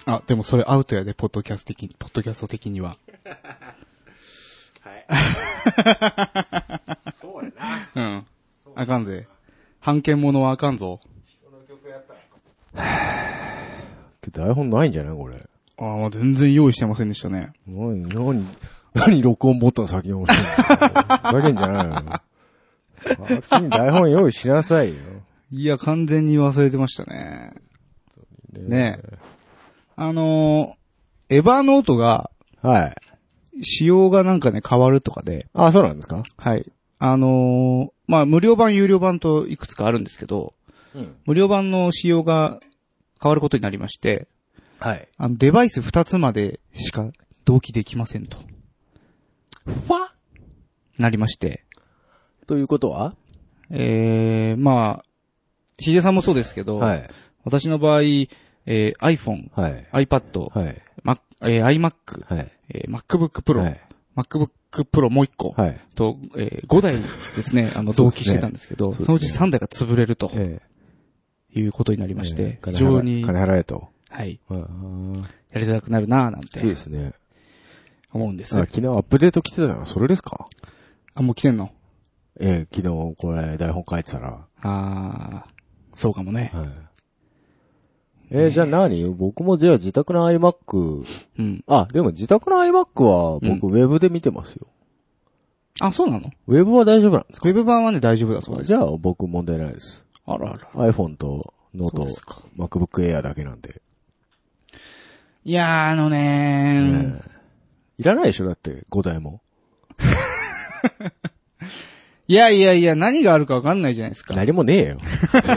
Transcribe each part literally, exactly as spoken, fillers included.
あ、でもそれアウトやで、ポッドキャスト的に、ポッドキャスト的には。 はい。そうやな。うん。あかんぜ。判権者はあかんぞ。 人の曲やったら。台本ないんじゃないこれ。 ああ、まあ、全然用意してませんでしたね。 なに、なに、何録音ボタン先に押してんのふざけんじゃないの先に台本用意しなさいよ。 いや、完全に忘れてましたね。ねえ。あのー、エヴァノートが、 はい。 仕様がなんかね、変わるとかで。 あ、そうなんですか？ はい。あのー、まあ、無料版、有料版といくつかあるんですけど、うん、無料版の仕様が変わることになりまして、 はい。 あの、デバイスふたつまでしか同期できませんと。 ふわなりまして。 ということは？ えー、まあ、ヒゲさんもそうですけど、はい、私の場合、えー、iPhone、はい、iPad、はい、Mac、えー、iMac、はい、えー、MacBook Pro、はい、MacBook Pro もう一個、はい、と、えー、ごだいですね、あの、同期してたんですけど、そ, ね、そのうちさんだいが潰れると、えー、いうことになりまして、えー、非常に、 金払えと。 はい。やりづらくなるなぁなんて。 そうですね。 思うんです。 あ、昨日アップデート来てたのそれですか？ あ、もう来てんの？ ええ、昨日これ台本書いてたら。 あー、そうかもね。はい。 えーね、じゃあ何？僕もじゃあ自宅の iMac。うん。あ、でも自宅の iMac は僕、うん、ウェブで見てますよ。 あ、そうなの？ ウェブは大丈夫なんですか？ ウェブ版はね、大丈夫だそうです。 じゃあ僕問題ないです。 あらあら。 iPhone とノート、MacBook Air だけなんで。 いやー、あのねー、 ねいらないでしょだってごだいも。 いやいやいや、何があるかわかんないじゃないですか。 何もねえよ。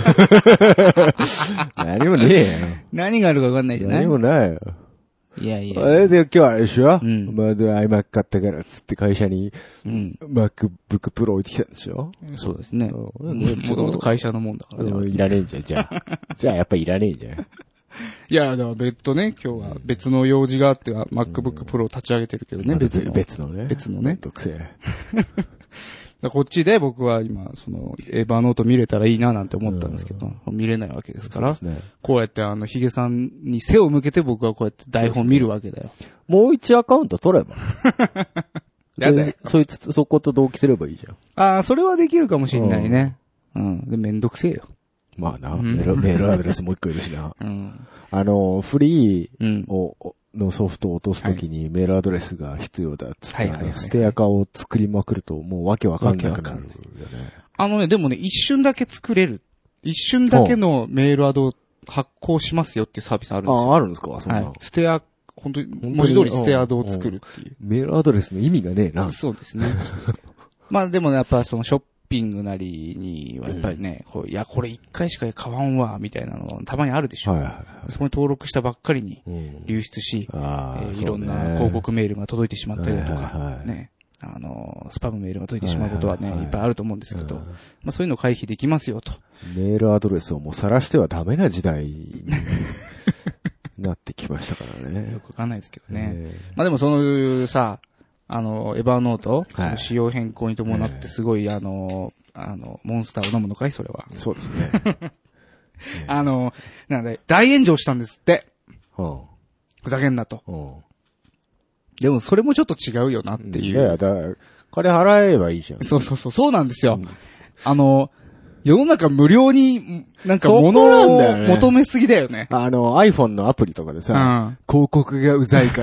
何もねえよ。 何があるかわかんないじゃない？ 何もないよ。 いやいや。 あれで今日あれでしょ？うん。まあ、で iMac 買ったからっつって会社に、うん。MacBook Pro 置いてきたんでしょ？ そうですね。もともと会社のもんだからね。 いらねえじゃん、じゃあ。じゃあやっぱいらねえじゃん。 いや、だから別途ね、今日は別の用事があって、MacBook Pro を立ち上げてるけどね、別の。 別のね。 別のね。 特性。 こっちで僕は今、その、エヴァノート見れたらいいななんて思ったんですけど、見れないわけですから、ね、こうやってあの、ヒゲさんに背を向けて僕はこうやって台本見るわけだよ。 もう一アカウント取れば。 やだよ。 そいつ、そこと同期すればいいじゃん。 ああ、それはできるかもしれないね。うん。で、めんどくせえよ。 まあな、うん、メール、メールアドレスもう一個いるしな。うん、あの、フリーを、うんのソフトを落とすときにメールアドレスが必要だっつって、ステアカを作りまくるともうわけわかんなくなるよね。 あのね、でもね、一瞬だけ作れる。一瞬だけのメールアド発行しますよっていうサービスあるんですよ。 あ、あるんですか？そんな。 はい。ステア、本当に、文字通りステアドを作るっていう。 メールアドレスの意味がねえな。 そうですね。まあでもね、やっぱそのショッピングなりにはやっぱりね、こういや、これ一回しか買わんわ、みたいなのたまにあるでしょ。はいはいはい、そこに登録したばっかりに流出し、うんえー、いろんな広告メールが届いてしまったりだとか、はいはいはい、ね、あの、スパムメールが届いてしまうことはね、はいはいはい、いっぱいあると思うんですけど、はいはい、まあそういうのを回避できますよと。 メールアドレスをもう晒してはダメな時代になってきましたからね。 よくわかんないですけどね。まあでもそのさ、あの、エヴァノート、はい、その仕様変更に伴ってすごい、あの、あの、モンスターを飲むのかいそれは。 そうですね。 あの、なんで、大炎上したんですって。はあ、ふざけんなと、はあ。でもそれもちょっと違うよなっていう。 いやいや、だ金払えばいいじゃん。 そうそうそう、そうなんですよ。うん、あの、世の中無料に、なんか物を求めすぎだよね。 あの、iPhone のアプリとかでさ、うん、広告がうざいから、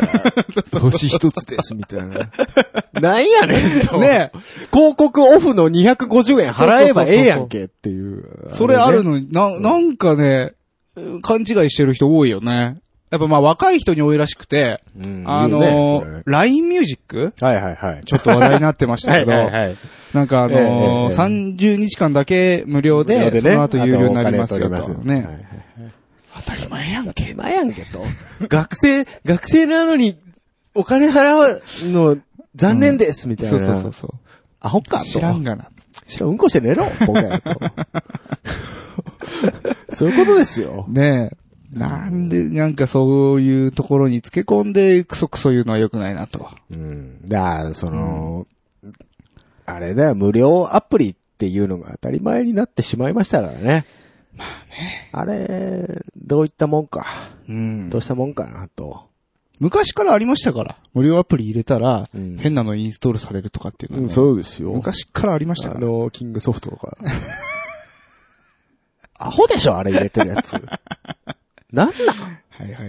星一つです、みたいな。なんやねんと。ね広告オフのにひゃくごじゅうえん払えばええやんけっていう。 それあるのに、な、なんかね、勘違いしてる人多いよね。やっぱまあ若い人に多いらしくて、うん、あのー、ね、ライン ミュージックはいはいはい。 ちょっと話題になってましたけど、はいはいはい、なんかあのーえー、さんじゅうにちかんだけ無料で、無料でね、その後有料になりますよと。ね、はいはいはい。当たり前やんけ。 当たり前やんけと。学生、学生なのにお金払うの残念です、みたいな、うん。そうそうそうそう。アホかと。 知らんがな。 知らん、うんこして寝ろ、ボケと。そういうことですよ。 ねえ。なんで、なんかそういうところにつけ込んでクソクソ言うのは良くないなと。 うん。だから、その、うん、あれだよ、無料アプリっていうのが当たり前になってしまいましたからね。 まあね。 あれ、どういったもんか。 うん。どうしたもんかなと。 昔からありましたから。無料アプリ入れたら、うん、変なのインストールされるとかっていうのは、ね、 うん、そうですよ。 昔からありましたから。 あの、キングソフトとか。アホでしょあれ入れてるやつ。なんなんはいはいはいはい。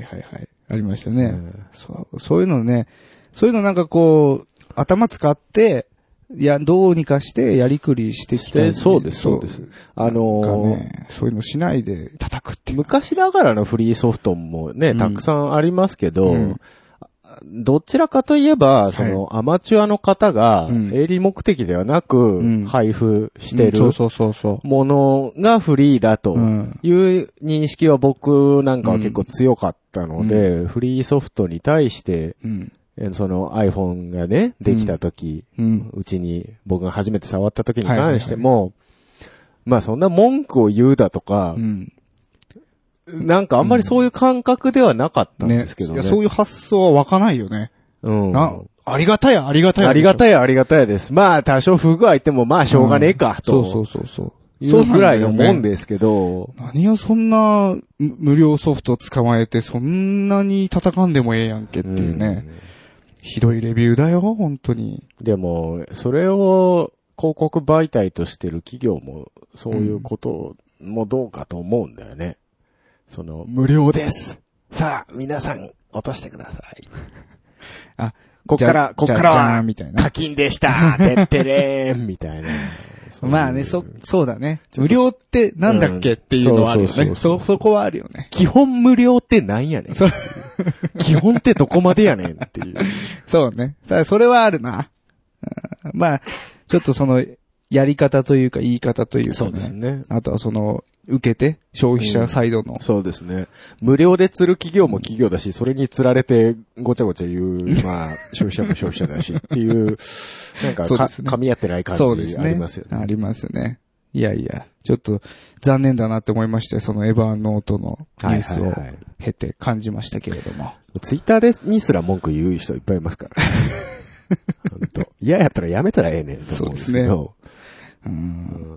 ありましたね。うん、そう、そういうのね、そういうのなんかこう、頭使って、いや、どうにかしてやりくりしてきて。 そうです、そうです。あのーね、そういうのしないで叩くっていう。 昔ながらのフリーソフトもね、うん、たくさんありますけど、うん、どちらかといえば、その、はい、アマチュアの方が、営利目的ではなく、配布してるものがフリーだという認識は僕なんかは結構強かったので、うん、フリーソフトに対して、うんその iPhone がね、できた時、うん、うちに僕が初めて触った時に関しても、はいはいはい、まあそんな文句を言うだとか、うん、なんかあんまりそういう感覚ではなかったんですけどね。ねいやそういう発想は湧かないよね。うん。なありがたや、ありがたや。 ありがたや、ありがたやです。まあ多少不具合ってもまあしょうがねえか、と、 うん。そうそうそうそう。 そうぐらいのもんですけど。 ね、何をそんな無料ソフト捕まえてそんなに叩かんでもええやんけっていうね。うんひどいレビューだよ、本当に。 でも、それを広告媒体としてる企業も、そういうこともどうかと思うんだよね。うん、その、無料です。さあ、皆さん、落としてください。あ、こっから、こっからは、課金でした。てってれーん、みたいな。 まあね、そ、そうだね。無料ってなんだっけ、うん、っていうのはあるよね。そうそうそうそう。そ、そこはあるよね。 基本無料ってなんやねん。基本ってどこまでやねんっていう。 そうね。それはあるな。まあ、ちょっとその、やり方というか言い方というか、ね、 そうですね。 あとはその、受けて、消費者サイドの、うん。 そうですね。無料で釣る企業も企業だし、それに釣られてごちゃごちゃ言う、まあ、消費者も消費者だしっていう、なんかか、ね、噛み合ってない感じありますよね。 ねありますよね。いやいや、ちょっと残念だなって思いまして、そのエヴァーノートのニュースを経て感じましたけれども。はいはいはい、 ツイッターでにすら文句言う人いっぱいいますから。本当嫌やったらやめたらええねんと思うんですけど。そうですね。うん。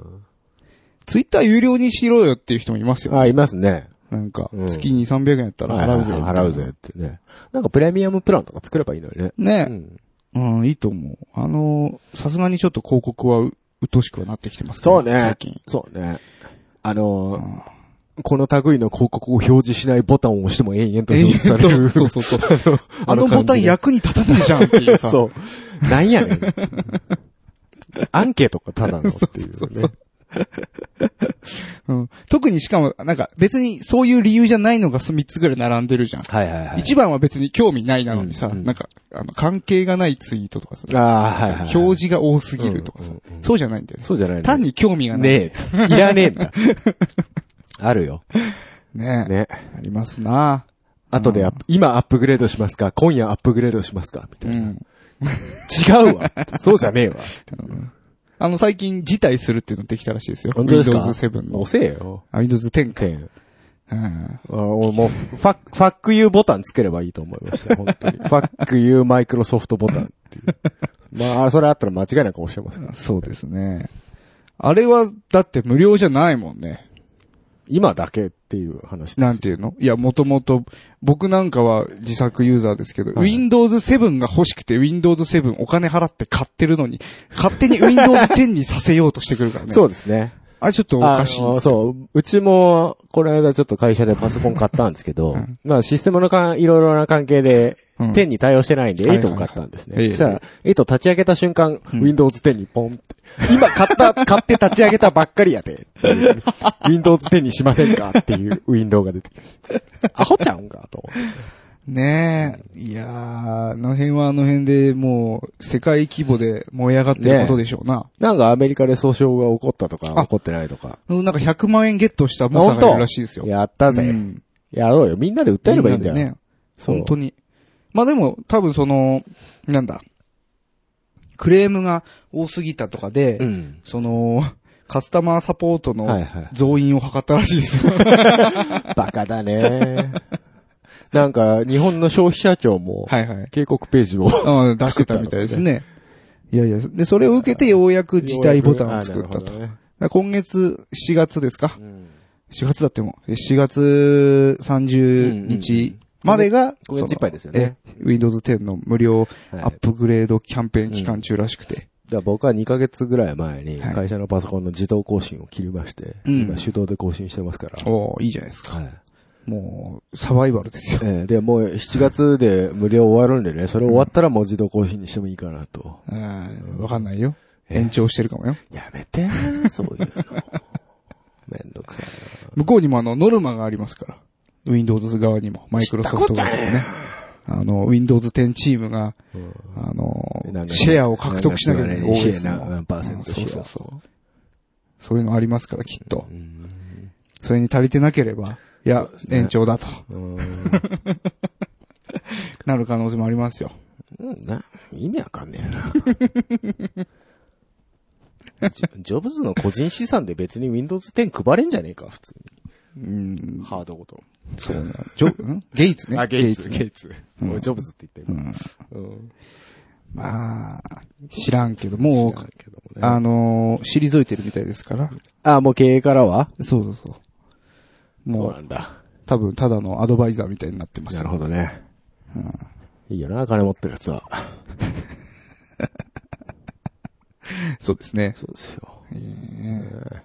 ツイッター有料にしろよっていう人もいますよね。 あ、いますね。 なんか、月にさんびゃくえんやったら払うぜ、 うん。払うぜってね。なんかプレミアムプランとか作ればいいのにね。 ね。うん、うん、いいと思う。あの、さすがにちょっと広告はう、うとしくはなってきてますからね。そうね。最近。そうね。あのー、うんこの類の広告を表示しないボタンを押しても延々と表示される。 そうそうそう。あのボタン役に立たないじゃんっていうさ。 そう。なんやねん。アンケートかただのっていうね。そうそうそううん、特にしかも、なんか別にそういう理由じゃないのがみっつぐらい並んでるじゃん。 はいはいはい。 一番は別に興味ないなのにさ、うんうん、なんか、あの、関係がないツイートとかさ。 ああ、はいはい、はい。 表示が多すぎるとかさ、うんうんうん。そうじゃないんだよね。 そうじゃないね。 単に興味がない。 ねえ。いらねえんだ。あるよ。 ねえ。ねありますな。 後で、うん、今アップグレードしますか今夜アップグレードしますかみたいな。うん、違うわ。そうじゃねえわ。うんあの、最近辞退するっていうのできたらしいですよ。 本当ですかウィンドウズセブン の。 遅えよ。 あ、ウィンドウズテンか。 テン。うん。もう、ファッ、ファックユーボタンつければいいと思いました。本当に。ファックユーマイクロソフトボタンっていう。まあ、それあったら間違いなく押してます、ね。 そうですね。あれは、だって無料じゃないもんね。 今だけっていう話です。 なんていうのいや、もともと、僕なんかは自作ユーザーですけど、はい、ウィンドウズセブン が欲しくて ウィンドウズセブン お金払って買ってるのに、勝手に ウィンドウズテン にさせようとしてくるからね。 そうですね。 あれちょっとおかしいんですよ。そう。うちも、この間ちょっと会社でパソコン買ったんですけど、うん、まあシステムのかいろいろな関係で、うん、テンに対応してないんで、エイトを買ったんですね。はいはいはい、そしたら、エイト立ち上げた瞬間、うん、ウィンドウズテン にポンって。今買った、買って立ち上げたばっかりやで。ウィンドウズテン にしませんかっていうウィンドウが出てきて。アホちゃうんかと思って。 ねえ。いやー、あの辺はあの辺でもう、世界規模で燃え上がってることでしょうな。 ね、なんかアメリカで訴訟が起こったとか、起こってないとか。 なんかひゃくまんえんゲットしたモサがいるらしいですよ。 やったぜ、うん。やろうよ。みんなで訴えればいいんだよ。 ね。本当に。まあでも、多分その、なんだ。クレームが多すぎたとかで、うん、その、カスタマーサポートの増員を図ったらしいですよ。 バカだね。なんか、日本の消費者庁も、警告ページを、 はいはい、出してたみたいですね。いやいや、で、それを受けてようやく辞退ボタンを作ったと。ね、今月しがつですか、うん、 しがつだっても、しがつさんじゅうにちまでが、 ごがついっぱいですよね。 Windows テンの無料アップグレードキャンペーン期間中らしくて。はい、 だから僕はにかげつぐらい前に会社のパソコンの自動更新を切りまして、はい、今手動で更新してますから。 おー、いいじゃないですか。はい、もう、サバイバルですよ。 えー、で、もうしちがつで無料終わるんでね、それ終わったらもう自動更新にしてもいいかなと。 うん、わかんないよ。延長してるかもよ。 やめて、そういうの。めんどくさいな。 向こうにもあの、ノルマがありますから。Windows 側にも、マイクロソフト側にもね。あの、Windows テンチームが、うん、あの、シェアを獲得しなきゃいけない。オーエス の。何パーセントシェア。そうそうそう。そういうのありますから、きっと。うん、それに足りてなければ、いや、ね、延長だと。なる可能性もありますよ。 うんな。意味わかんねえな。ジョブズの個人資産で別に Windows テン配れんじゃねえか、普通に。うん。ハードごと。 そうね。ジョ、んゲイツね。 あ、ゲイツ、ゲイツ。もうジョブズって言ってる。うん。うん、 まあ、知らんけど、もう、ね、あのー、退いてるみたいですから。 あ、もう経営からはそうそうそう。 もう、そうなんだ。 多分、ただのアドバイザーみたいになってます、 ね。なるほどね。うん。いいよな、金持ってるやつは。 そうですね。 そうですよ。えー、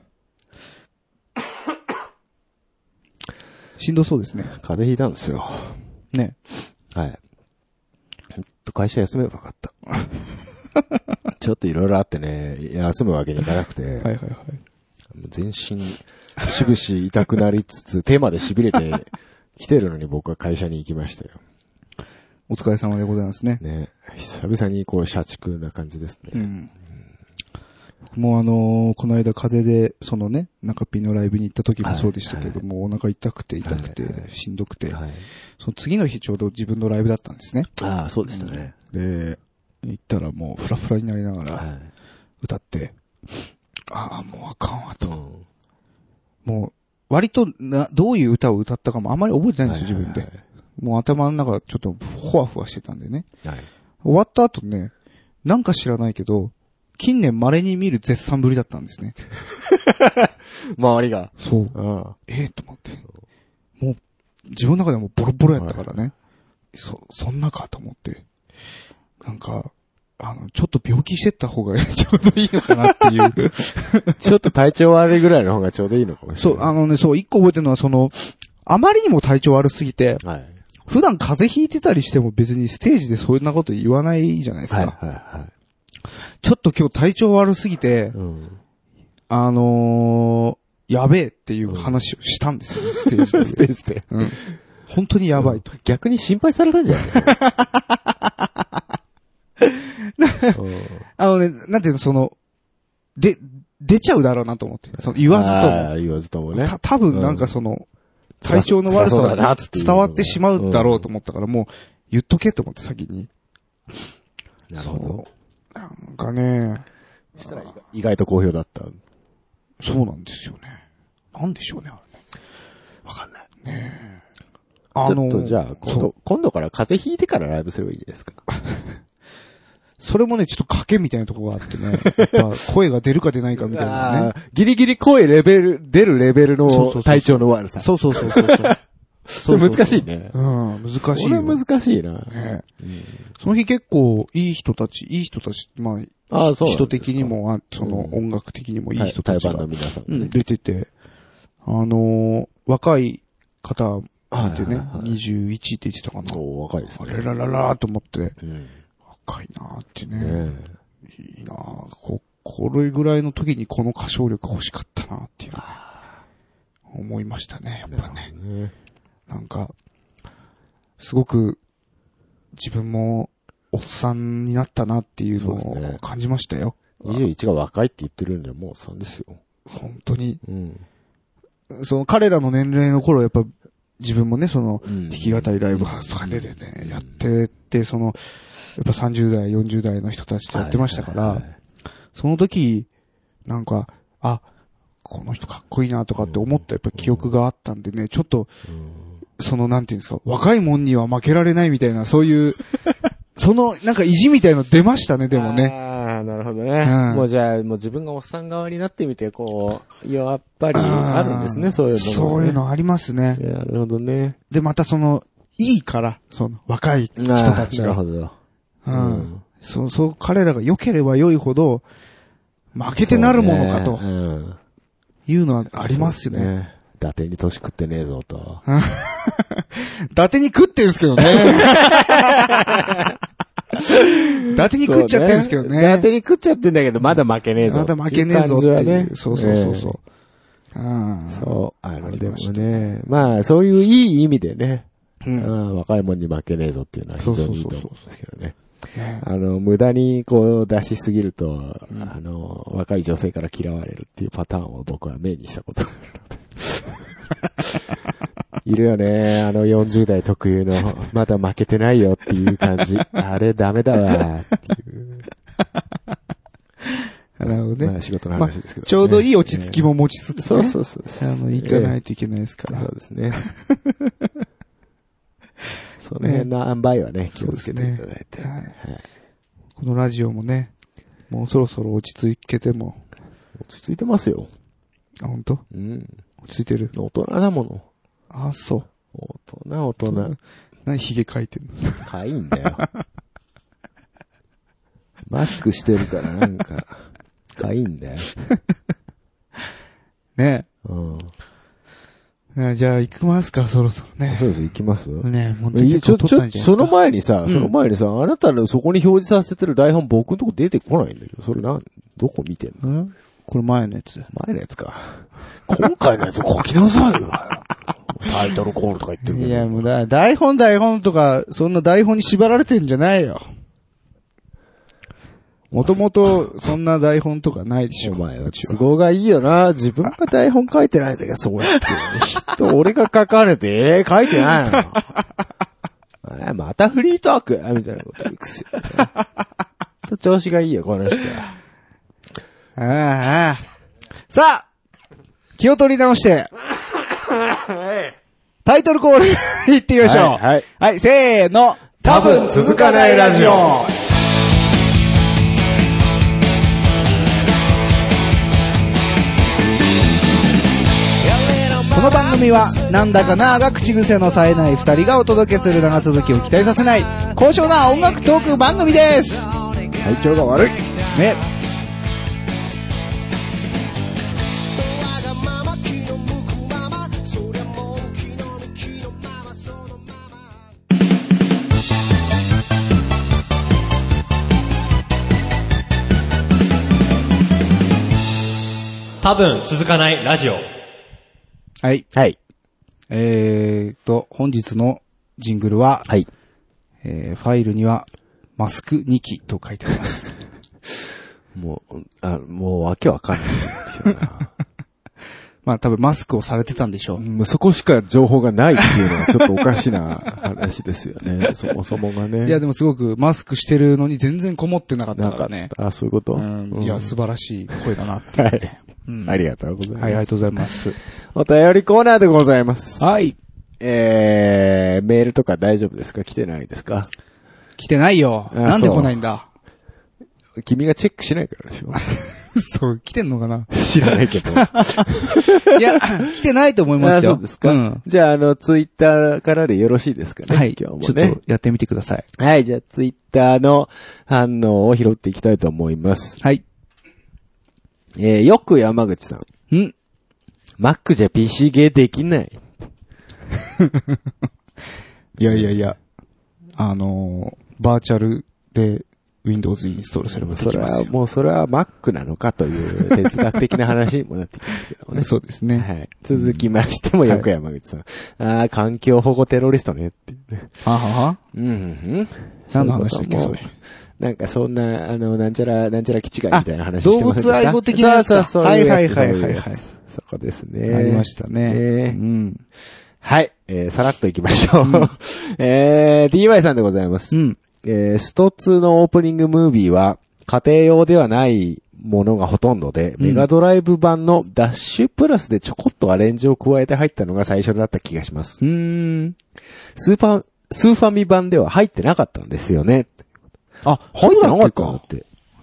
しんどそうですね。 風邪ひいたんですよ。 ね。 はい。ほんと会社休めばよかった。ちょっといろいろあってね、休むわけにいかなくて。はいはいはい。全身、しぶし痛くなりつつ、手まで痺れて来てるのに僕は会社に行きましたよ。 お疲れ様でございますね。 ね。久々にこう、社畜な感じですね。うん。 もうあのー、この間風邪で、そのね、中ピーのライブに行った時もそうでしたけども、はいはい、お腹痛くて痛くて、はいはい、しんどくて、はい、その次の日ちょうど自分のライブだったんですね。 ああ、そうでしたね。 で、行ったらもうフラフラになりながら、歌って、はい、ああ、もうあかんわと。うん、もう、割とな、どういう歌を歌ったかもあまり覚えてないんですよ、自分で。はいはいはい、もう頭の中ちょっとふわふわしてたんでね。はい、終わった後ね、なんか知らないけど、近年稀に見る絶賛ぶりだったんですね。 周りが。 そう。ああええー、と思って。もう、自分の中でもボロボロやったからね。はい、そ、そんなかと思って。なんか、あの、ちょっと病気してった方がちょうどいいのかなっていう。 ちょっと体調悪いぐらいの方がちょうどいいのかもしれない。 そう、あのね、そう、一個覚えてるのは、その、あまりにも体調悪すぎて、はい、普段風邪ひいてたりしても別にステージでそんなこと言わないじゃないですか。はいはいはい。ちょっと今日体調悪すぎて、うん、あのー、やべえっていう話をしたんですよ、うん、ステージで。 ステージで。 うん。本当にやばいと。うん、 逆に心配されたんじゃないですか。 あのね、なんていうの、その、で、出ちゃうだろうなと思って。その言わずとも。 言わずともね。 た、多分なんかその、うん、体調の悪さが伝わってしまうだろうと思ったから、もう言っとけと思って先に。 なるほど。 なんかね、 したら意外と好評だった。 そうなんですよね。なんでしょうね、あれね。 わかんない。 ねえ。 あのー、ちょっとじゃあ今度、今度から風邪ひいてからライブすればいいですか。 それもね、ちょっと賭けみたいなところがあってね。やっぱ声が出るか出ないかみたいなね。 ギリギリ声レベル、出るレベルの体調の悪さ。 そうそうそうそうそう。 それ難しいね。 うん、難しい。それ難しいな、ねうん。その日結構いい人たち、いい人たち、まあ、あ人的にも、あその音楽的にもいい人たちが、 の皆さん、ねうん、出てて、あのー、若い方いてね、はいはいはい、にじゅういちって言ってたかな。 お若いですね。 あれらららーと思って、うん、若いなーってね。ねいいなーこ、これぐらいの時にこの歌唱力欲しかったなーっていう、ね、思いましたね、やっぱね。ねなんか、すごく自分もおっさんになったなっていうのを感じましたよ。 ね、にじゅういちが若いって言ってるんでもうおっさんですよ。 本当に。うん、その彼らの年齢の頃やっぱ自分もね、その弾き語りライブハウスとか出てね、うん、やってて、その、やっぱさんじゅう代、よんじゅう代の人たちとやってましたから、はいはいはい、その時、なんか、あ、この人かっこいいなとかって思ったやっぱ記憶があったんでね、ちょっと、うんその、なんていうんですか、若いもんには負けられないみたいな、そういう、その、なんか意地みたいの出ましたね、でもね。 ああ、なるほどね。うん、もうじゃあ、もう自分がおっさん側になってみて、こう、やっぱりあるんですね、そういうの、ね。 そういうのありますね。 なるほどね。 で、またその、いいから、その、若い人たちが。 なるほど。 うん。うん、そう、そう、彼らが良ければ良いほど、負けてなるものかと。う、うん、いうのはありますよね。 伊達に年食ってねえぞと。 伊達に食ってんすけどね。伊達に食っちゃってるんですけどね。 伊達に食っちゃってんだけど、まだ負けねえぞ。 まだ負けねえぞっていう。ね、そうそうそうそう。 えー、そう。あの、でもね、まあ、そういういい意味でね、うん、若いもんに負けねえぞっていうのは非常にいいと思うんですけどね。あの、無駄にこう出しすぎると、うん、あの、若い女性から嫌われるっていうパターンを僕は目にしたことがあるので。いるよね。あのよんじゅう代特有の、まだ負けてないよっていう感じ。あれダメだわっていう。 なるほどね。 まあ仕事の話ですけど、ね、 ちょうどいい落ち着きも持ちつつ、ね、 そうそうそうそう。 あの、行かないといけないですから。 そうですね。その辺の塩梅はね、気をつけていただいて、ねはいはい。 このラジオもね、もうそろそろ落ち着けても。 落ち着いてますよ。 あ、本当？ うん。 落ち着いてる。 大人だもの。 あ、そう。 大人、大人。 何ヒゲ描いてんの？ かいんだよ。マスクしてるからなんか、かいんだよ。 ねえ。うん。 じゃあ行きますか、そろそろね。 そうです、行きますね本当にちょ、ちょ、その前にさ、うん、その前にさ、あなたのそこに表示させてる台本僕のとこ出てこないんだけど、それなん、どこ見てんの？ これ前のやつ。 前のやつか。今回のやつ書きなさいよ。タイトルコールとか言ってるけど。 いや、もうだ、台本台本とか、そんな台本に縛られてんじゃないよ。もともと、そんな台本とかないでしょ。 お前は都合がいいよな。自分が台本書いてないんだけど、そうやって。人、俺が書かれて、えー、書いてないの。またフリートークみたいなこと言うくせ。と調子がいいよ、この人は。 ああ。さあ気を取り直して、タイトルコール言ってみましょう。はい、はい。はい、せーの。 多分続かないラジオ。 この番組はなんだかなーが口癖の冴えない二人がお届けする長続きを期待させない高尚な音楽トーク番組です。 体調が悪いね。 多分続かないラジオ。 はい。 はい。 えーと、本日のジングルは、 はい。 えー、ファイルには、マスクにきと書いてあります。 もう、あ、もうわけわかんないですよな。 まあ多分マスクをされてたんでしょう。 もうそこしか情報がないっていうのはちょっとおかしな話ですよね。そもそもがね。 いやでもすごくマスクしてるのに全然こもってなかったからね。 あ、そういうこと、 うん、いや素晴らしい声だなって、 はい、うん。ありがとうございます。 はい、ありがとうございます。 お便りコーナーでございます。 はい。 えー、メールとか大丈夫ですか？来てないですか？ 来てないよ。なんで来ないんだ？ 君がチェックしないからでしょ。 そう、来てんのかな？ 知らないけど。 いや、来てないと思いますよ。 そうですか。うん。じゃあ、あの、ツイッターからでよろしいですかね。 はい。今日もね。ちょっとやってみてください。 はい。じゃあ、ツイッターの反応を拾っていきたいと思います。 はい。 えー、よく山口さん。 ん Mac じゃ ピーシー ゲーできない。 いやいやいや、あのー、バーチャルで、Windows インストールすればできますよ。 それは、もうそれは Mac なのかという哲学的な話にもなってきますけどね。 そうですね。 はい。続きましても、よく山口さん。はい、ああ、環境保護テロリストねっていうね。 はははうん、うん。 何の話だっけ、それ。 なんかそんな、あの、なんちゃら、なんちゃら基地がみたいな話してました。 動物愛護的なやつか。 そうそうそう。 はいはいはいはいはい。 そこですね。 ありましたね。 えー、うん。 はい。えー、さらっと行きましょう。うん、えー、ディーワイ さんでございます。 うん。 えー、ストツーのオープニングムービーは家庭用ではないものがほとんどで、うん、メガドライブ版のダッシュプラスでちょこっとアレンジを加えて入ったのが最初だった気がします。 うーん。 スーパー、スーファミ版では入ってなかったんですよね。 あ、 入ってなかったのって。 へ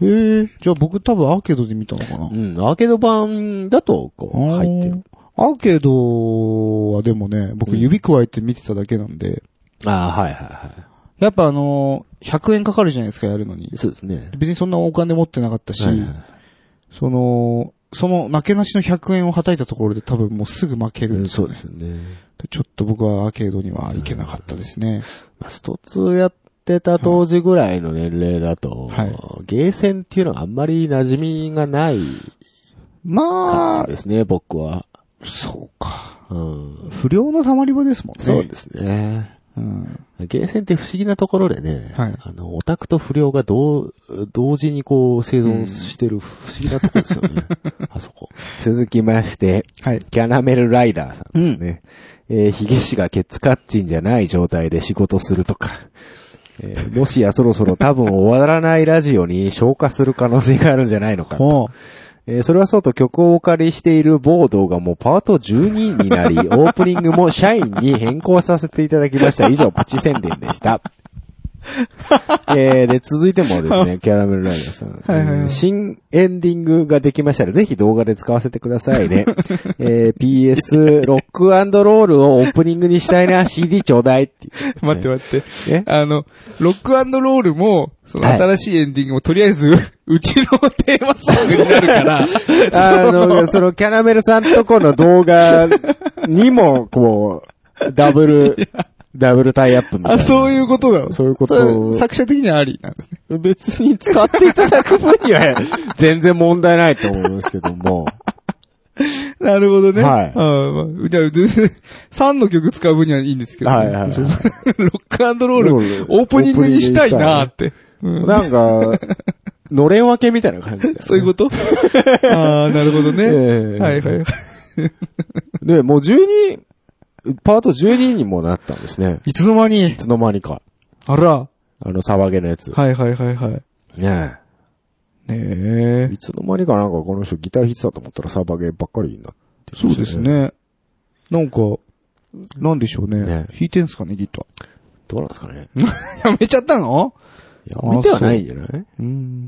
へえ。じゃあ僕多分アーケードで見たのかな。 うん、アーケード版だと、こう、入ってる。 アーケードはでもね、僕指加えて見てただけなんで。 うん、ああ、はいはいはい。 やっぱあのー、ひゃくえんかかるじゃないですか、やるのに。 そうですね。 別にそんなお金持ってなかったし、はいはい、その、その負けなしのひゃくえんをはたいたところで多分もうすぐ負けるんですよ、ね、 うん。そうですよね。 ちょっと僕はアーケードには行けなかったですね。 まあ、ストツーやってた当時ぐらいの年齢だと、はい、ゲーセンっていうのはあんまり馴染みがない。 まあ、 ですね、僕は。 そうか。 うん、 不良の溜まり場ですもんね。 そうですね。うん、ゲーセンって不思議なところでね、はい、あの、オタクと不良が同、同時にこう生存してる不思議なところですよね。あそこ。続きまして、はい、キャナメルライダーさんですね。うん、えー、ヒゲ氏がケツカッチンじゃない状態で仕事するとか、えー、もしやそろそろ多分終わらないラジオに消化する可能性があるんじゃないのかと。えー、それはそうと曲をお借りしている某動画もパートじゅうにになり、オープニングもシャインに変更させていただきました。以上、プチ宣伝でした。えー、で、続いてもですね、キャラメルライダーさん、はいはいはい。新エンディングができましたら、ぜひ動画で使わせてくださいね。えー、ピーエス、ロック&ロールをオープニングにしたいな、シーディー ちょうだいっていう、ね。 待って待って。えあの、ロック&ロールも、その新しいエンディングもとりあえず、はい、うちのテーマソングになるから、 あの、そのキャラメルさんとこの動画にも、こう、ダブル、ダブルタイアップみたいな。 あ、そういうことだ。 そういうことを。 作者的にはありなんですね。 別に使っていただく分には全然問題ないと思うんですけども。 なるほどね。 はい。 あまあ、じゃあ、さんの曲使う分にはいいんですけど、ね。はいはい、はい。ロック&ロール、オープニングにしたいなーって。 うん、なんか、のれん分けみたいな感じだよね。 そういうことああ、なるほどね。えー、はいはい。 で、もうじゅうに、パートじゅうににもなったんですね。 いつの間にいつの間にか。 あら。 あの、騒げのやつ。 はいはいはいはい。 ねえ。 ねえ。 いつの間にかなんかこの人ギター弾いてたと思ったら騒げばっかりになって、 ね。そうですね。なんか、なんでしょうね。ね弾いてんすかね、ギター。 どうなんですかね。 やめちゃったのやめてはないんじゃない？ うん。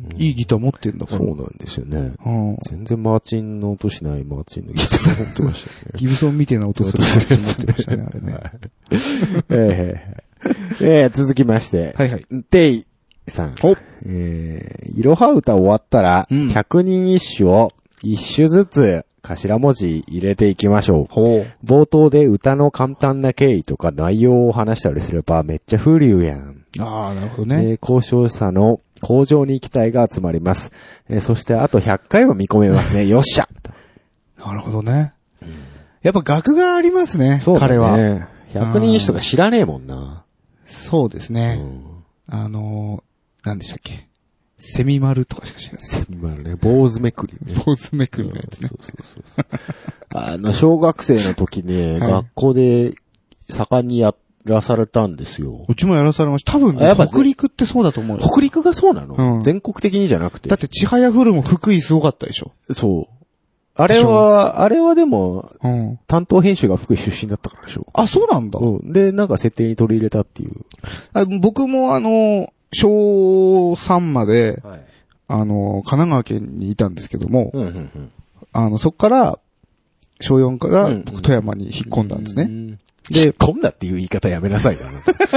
いいギター持ってんだから。 そうなんですよね。全然マーチンの音しないマーチンのギター持ってましたね。 ギブソンみたいな音するマーチン持ってましたね、あれね。 えー、えー、続きまして。 はいはい。 テイさん。おえー、いろは歌終わったら、ひゃくにん一首を一首ずつ頭文字入れていきましょう。ほう。冒頭で歌の簡単な経緯とか内容を話したりすればめっちゃ風流やん。 ああ、なるほどね。 えー、交渉者の向上に期待が集まります。えー、そしてあとひゃっかいは見込めますね。よっしゃなるほどね。うん、やっぱ学がありますね。そうだね。彼は。 ひゃくにん一首とか知らねえもんな。 そうですね。うん、あのー、何でしたっけ。セミ丸とかしか知らない。 セミ丸ね。坊主めくりね。 坊主めくりのやつね。そうそうそうそう。 あの、小学生の時に、はい、学校で盛んにやらされたんですよ。 うちもやらされました。多分、ね、北陸ってそうだと思うよ。 北陸がそうなの、うん、全国的にじゃなくて。 だって、ちはやふるも福井すごかったでしょ。 そう。あれは、あれはでも、うん、担当編集が福井出身だったからでしょ。 あ、そうなんだ。 うん。で、なんか設定に取り入れたっていう。 あ僕もあの、小さんまで、はい、あの、神奈川県にいたんですけども、うんうんうん、あの、そこから、小よんから僕富山に引っ込んだんですね。うんうん、 で、引っ込んだっていう言い方やめなさいな。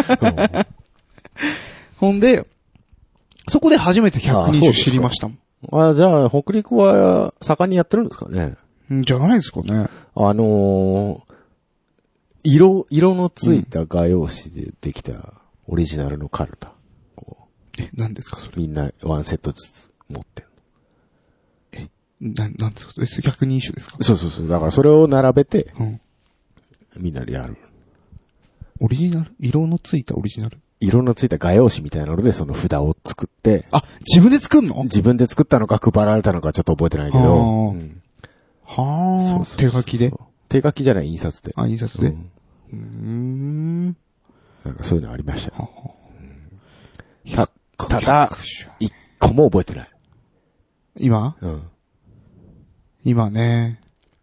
ほんで、そこで初めてひゃくにん首知りましたもん。 ああ、じゃあ、北陸は盛んにやってるんですかね。 んじゃないですかね。 あのー、色、色のついた画用紙でできたオリジナルのカルタ。こうえ、何ですかそれ。 みんなワンセットずつ持ってんの。え、な、なんですかそれひゃくにん首ですか。 そうそうそう。だからそれを並べて、うん、みんなでやる。 オリジナル色のついたオリジナル色のついた画用紙みたいなのでその札を作って。 あ、自分で作んの？ 自分で作ったのか配られたのかちょっと覚えてないけど。はあ。うん、はあ。そうそうそう。手書きで？ 手書きじゃない印刷で。 あ、印刷で。うん。うーんなんかそういうのありましたよ。はあうん、た、ただ、一個も覚えてない。 今？うん。今ね。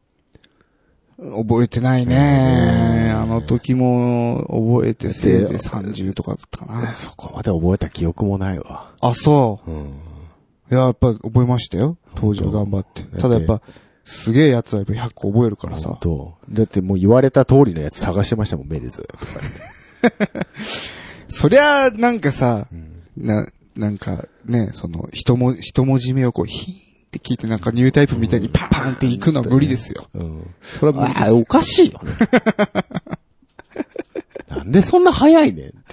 覚えてないね。あの時も覚えてせいぜいさんじゅうとかだったかな。 そこまで覚えた記憶もないわ。 あ、そう。うん。 いや、やっぱ覚えましたよ。当時は頑張って。ただやっぱ、すげえやつはやっぱひゃっこ覚えるからさ。 だってもう言われた通りのやつ探してましたもん、目でずっと。 そりゃ、なんかさ、うん、な、なんかね、その、一文字、一文字目をこう、ヒーンって聞いてなんかニュータイプみたいにパーンっていくのは無理ですよ。うん。 それは無理です。あ、おかしいよ、ね。なんでそんな早いねん。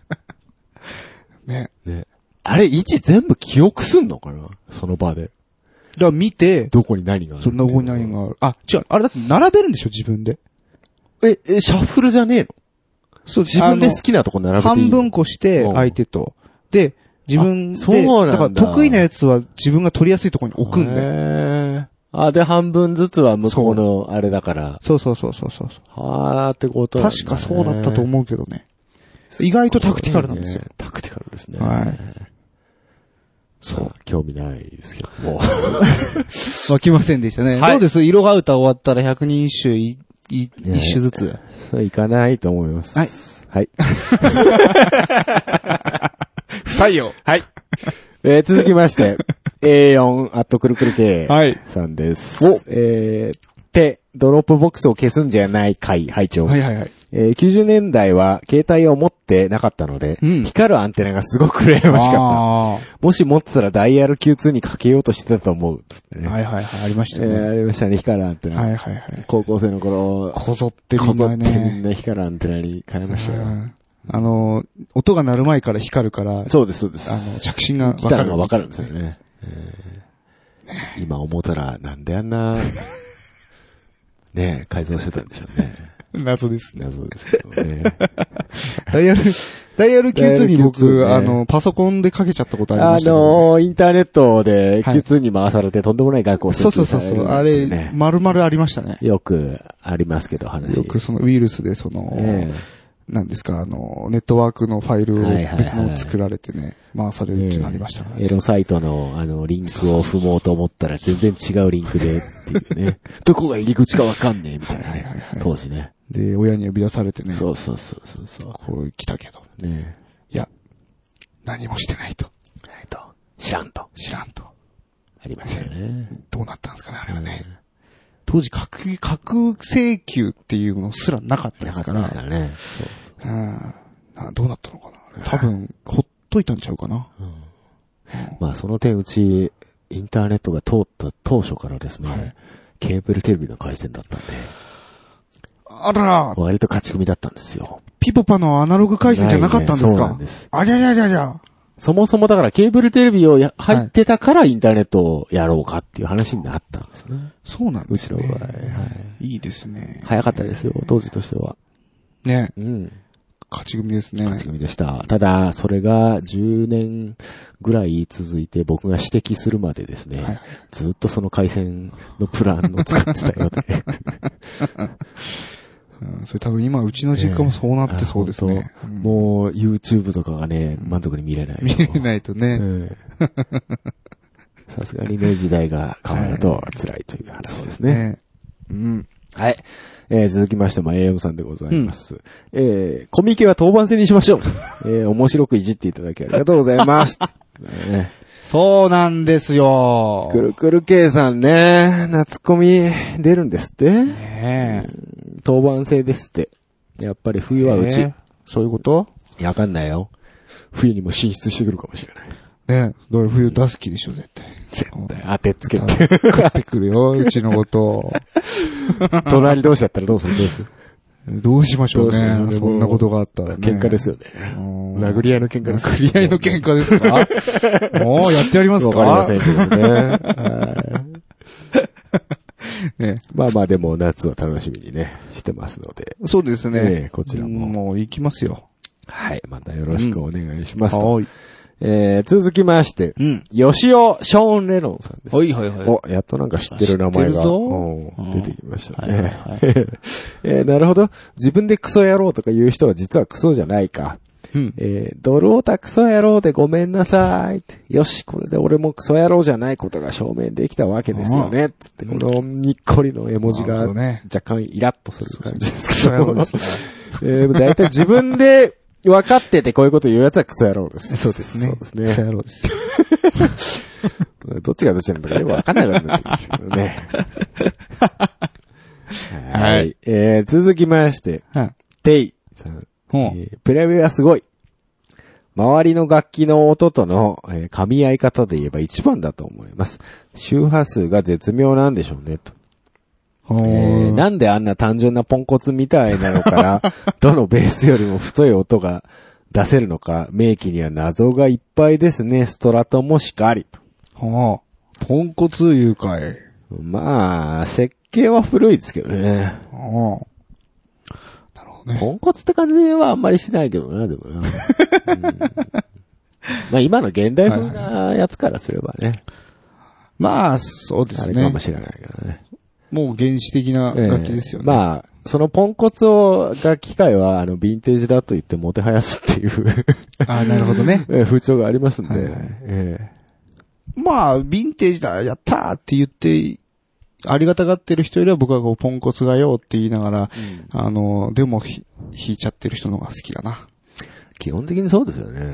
ね。 ね。あれ、位置全部記憶すんのかなその場で。 だから見て、 どこに何があるそんなどこに何がある。あ、違う。あれだって並べるんでしょ自分で。 え、え、シャッフルじゃねえのそう、自分で好きなとこ並べていいの半分こして、相手と。で、自分で、そうなんだ。だから得意なやつは自分が取りやすいところに置くんだよ。へー。あ、で、半分ずつは向こうのあれだから。 そうそうそうそうそう。 はーってことなんだね。確かそうだったと思うけどね。意外とタクティカルなんですよ。ね、 タクティカルですね。 はい。 そう。興味ないですけども。 湧きませんでしたね。はい、どうです色が歌終わったらひゃくにん一首、い、い、一首ずつ。 そういかないと思います。 はい。 はい。 不採用。 はい。えー、続きまして、エーよん アットクルクル系さんです。 はい、おえー、手、ドロップボックスを消すんじゃない会、会長。 はいはいはい。 えー、きゅうじゅうねんだいは携帯を持ってなかったので、うん、光るアンテナがすごく羨ましかった。もし持ってたらダイヤル キューツー にかけようとしてたと思う、 ね。はいはいはい、ありましたね。 えー、ありましたね、光るアンテナ。 はいはいはい。 高校生の頃、 こぞってみんなね。 こぞってみんな光るアンテナに変えましたよ。 あの、音が鳴る前から光るから、 そうですそうです。 あの、着信が分かる。分かるんですよね。えー、今思ったら、なんであんな、ね改造してたんでしょうね。 謎ですね。 謎ですけどね。 ダイヤル、ダイヤル キューツー に僕、ね、あの、パソコンでかけちゃったことありましたね。 あのー、インターネットで キューツー に回されてとんでもない学校を、 ね、そうそうそうそう。あれ、丸々ありましたね。 よくありますけど、話。 よくそのウイルスでその、えー、なんですか、あの、ネットワークのファイルを別の作られてね、回されるっていうのありましたね。 エロサイトの、あの、リンクを踏もうと思ったら全然違うリンクでっていうね。どこが入り口かわかんねえみたいなね。当時ね。 で、親に呼び出されてね。 そうそうそうそうそう。 こう来たけど。 ねいや、何もしてないと。 ないと。知らんと。 知らんと。 ありましたよね。 どうなったんですかね、あれはね。うん、当時、架空、架空請求っていうのすらなかったですから。 なかったですからね。 そうそううん。どうなったのかな。多分、ほっといたんちゃうかな。うんうん、 まあ、その点、うち、インターネットが通った当初からですね、はい、ケーブルテレビの回線だったんで。 あら割と勝ち組だったんですよ。 ピポパのアナログ回線じゃなかったんですか、ね、そうなんです。 ありゃりゃりゃりゃ。 そもそもだからケーブルテレビをや入ってたからインターネットをやろうかっていう話になったんですね。 そうなんですね。 うちの場合。はい。 いいですね。 早かったですよ、当時としては。 ね。 うん。 勝ち組ですね。 勝ち組でした。ただ、それがじゅうねんぐらい続いて僕が指摘するまでですね、はい、ずっとその回線のプランを使ってたよで。 うん、それ多分今うちの実家もそうなってそうですね。 えーうん、もう YouTube とかがね、満足に見れない。 見れないとね。 さすがにね、時代が変わると辛いという話ですね。ねうん。 はい。えー、続きましても エーエム さんでございます。うん、えー、コミケは当番制にしましょう。えー、面白くいじっていただきありがとうございます。ね、 そうなんですよ。 くるくるKさんね、夏コミ出るんですって。 ねえ。 当番制ですって。やっぱり冬はうち。 そういうこと？ わかんないよ。冬にも進出してくるかもしれない。 ねえ、どういう冬出す気でしょ、絶対。 絶対当てつけて。 食ってくるよ、うちのこと。 隣同士だったらどうするどうするどうしましょうね。そんなことがあったらね。 喧嘩ですよね。殴り合いの喧嘩です。 殴り合いの喧嘩ですかもうやってやりますか？ わかりませんけどね。ね、まあまあでも夏は楽しみにね、してますので。 そうですね。 ねこちらも。 もう行きますよ。 はい。またよろしくお願いしますと。 うん、はい。 えー、続きまして、 うん。 吉尾ショーン・レノンさんです。 はいはいはい。 お、やっとなんか知ってる名前が、 うん、 出てきましたね。 はいはいはい、 えー、なるほど。自分でクソ野郎とか言う人は実はクソじゃないか。 うん、 えー、ドルオタクソ野郎でごめんなさいって。よし、これで俺もクソ野郎じゃないことが証明できたわけですよね。つって、このにっこりの絵文字が若干イラッとする感じですけど。 ですね。 えー、だいたい自分で分かっててこういうこと言うやつはクソ野郎です。 そうですね。 そうですね。 クソ野郎です。 どっちがどっちなんだかよくわかんないことになってきましたけどね。はい。えー、続きまして、はい、テイさん。えー、プレビューはすごい。周りの楽器の音との、えー、噛み合い方で言えば一番だと思います。周波数が絶妙なんでしょうね、と。えー、なんであんな単純なポンコツみたいなのから、どのベースよりも太い音が出せるのか、名機には謎がいっぱいですね、ストラトもしかりと。 はあ、ポンコツいうかい。 まあ、設計は古いですけどね。 はあ、なるほどね。 ポンコツって感じはあんまりしないけどな、でもな。うん、まあ今の現代風なやつからすればね。はいはい、 まあ、そうですね。 あれかもしれないけどね。 もう原始的な楽器ですよね。 えー、まあ、そのポンコツをが機械は、あの、ヴィンテージだと言ってもてはやすっていうああ、なるほどね。 風潮がありますんで。はいはい、 えー、まあ、ヴィンテージだ、やったーって言って、ありがたがってる人よりは僕はこう、ポンコツがよって言いながら、うん、あの、でもひ、弾いちゃってる人の方が好きだな。 基本的にそうですよね。うん、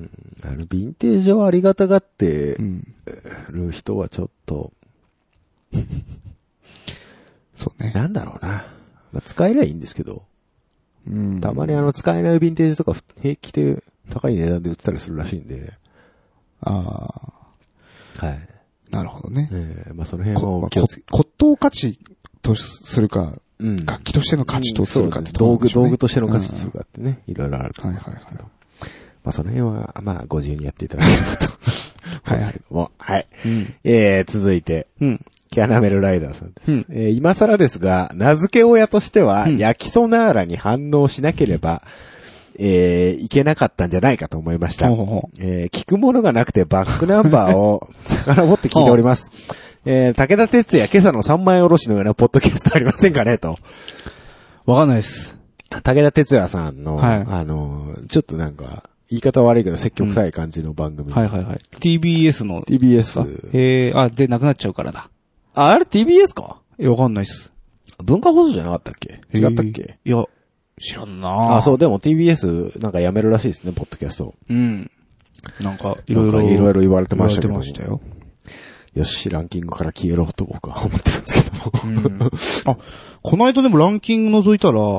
あの、ヴィンテージをありがたがってる人はちょっと、うん、 そうね。 なんだろうな。まあ、使えりゃいいんですけど。うん。たまにあの、使えないヴィンテージとか平気で高い値段で売ってたりするらしいんで。 ああ。 はい。 なるほどね。 ええー、まあその辺も気をつけ、 骨董価値とするか、うん、楽器としての価値とするかってところ、ね、 道具、道具としての価値とするかってね、いろいろあると思うんですけど。 はいはいはい。 まあその辺は、まあご自由にやっていただければと思うんですけども。はい。うん、えー、続いて。うん。キャナメルライダーさんです。うん、えー、今更ですが、名付け親としては、うん、焼きソナーラに反応しなければ、えー、いけなかったんじゃないかと思いました。ほうほうほう、えー、聞くものがなくてバックナンバーを遡って聞いております。えー、武田鉄矢今朝の三枚おろしのようなポッドキャストありませんかねと。 わかんないです。 武田鉄矢さんの、はい、あのー、ちょっとなんか、言い方悪いけど積極臭い感じの番組、 うん。はいはいはい。ティービーエス の。 ティービーエス。 へー、あ、で、なくなっちゃうからだ。 あ、あれ ティービーエス か？ え、わかんないっす。 文化放送じゃなかったっけ？違ったっけ？ いや、知らんなあ、そう、でも ティービーエス なんかやめるらしいですね、ポッドキャスト。 うん。なんか、いろいろ。 いろいろ言われてましたけど。 言われてましたよ。 よし、ランキングから消えろと僕は思ってるんですけども。うん、 あ、この間でもランキング覗いたら、はい。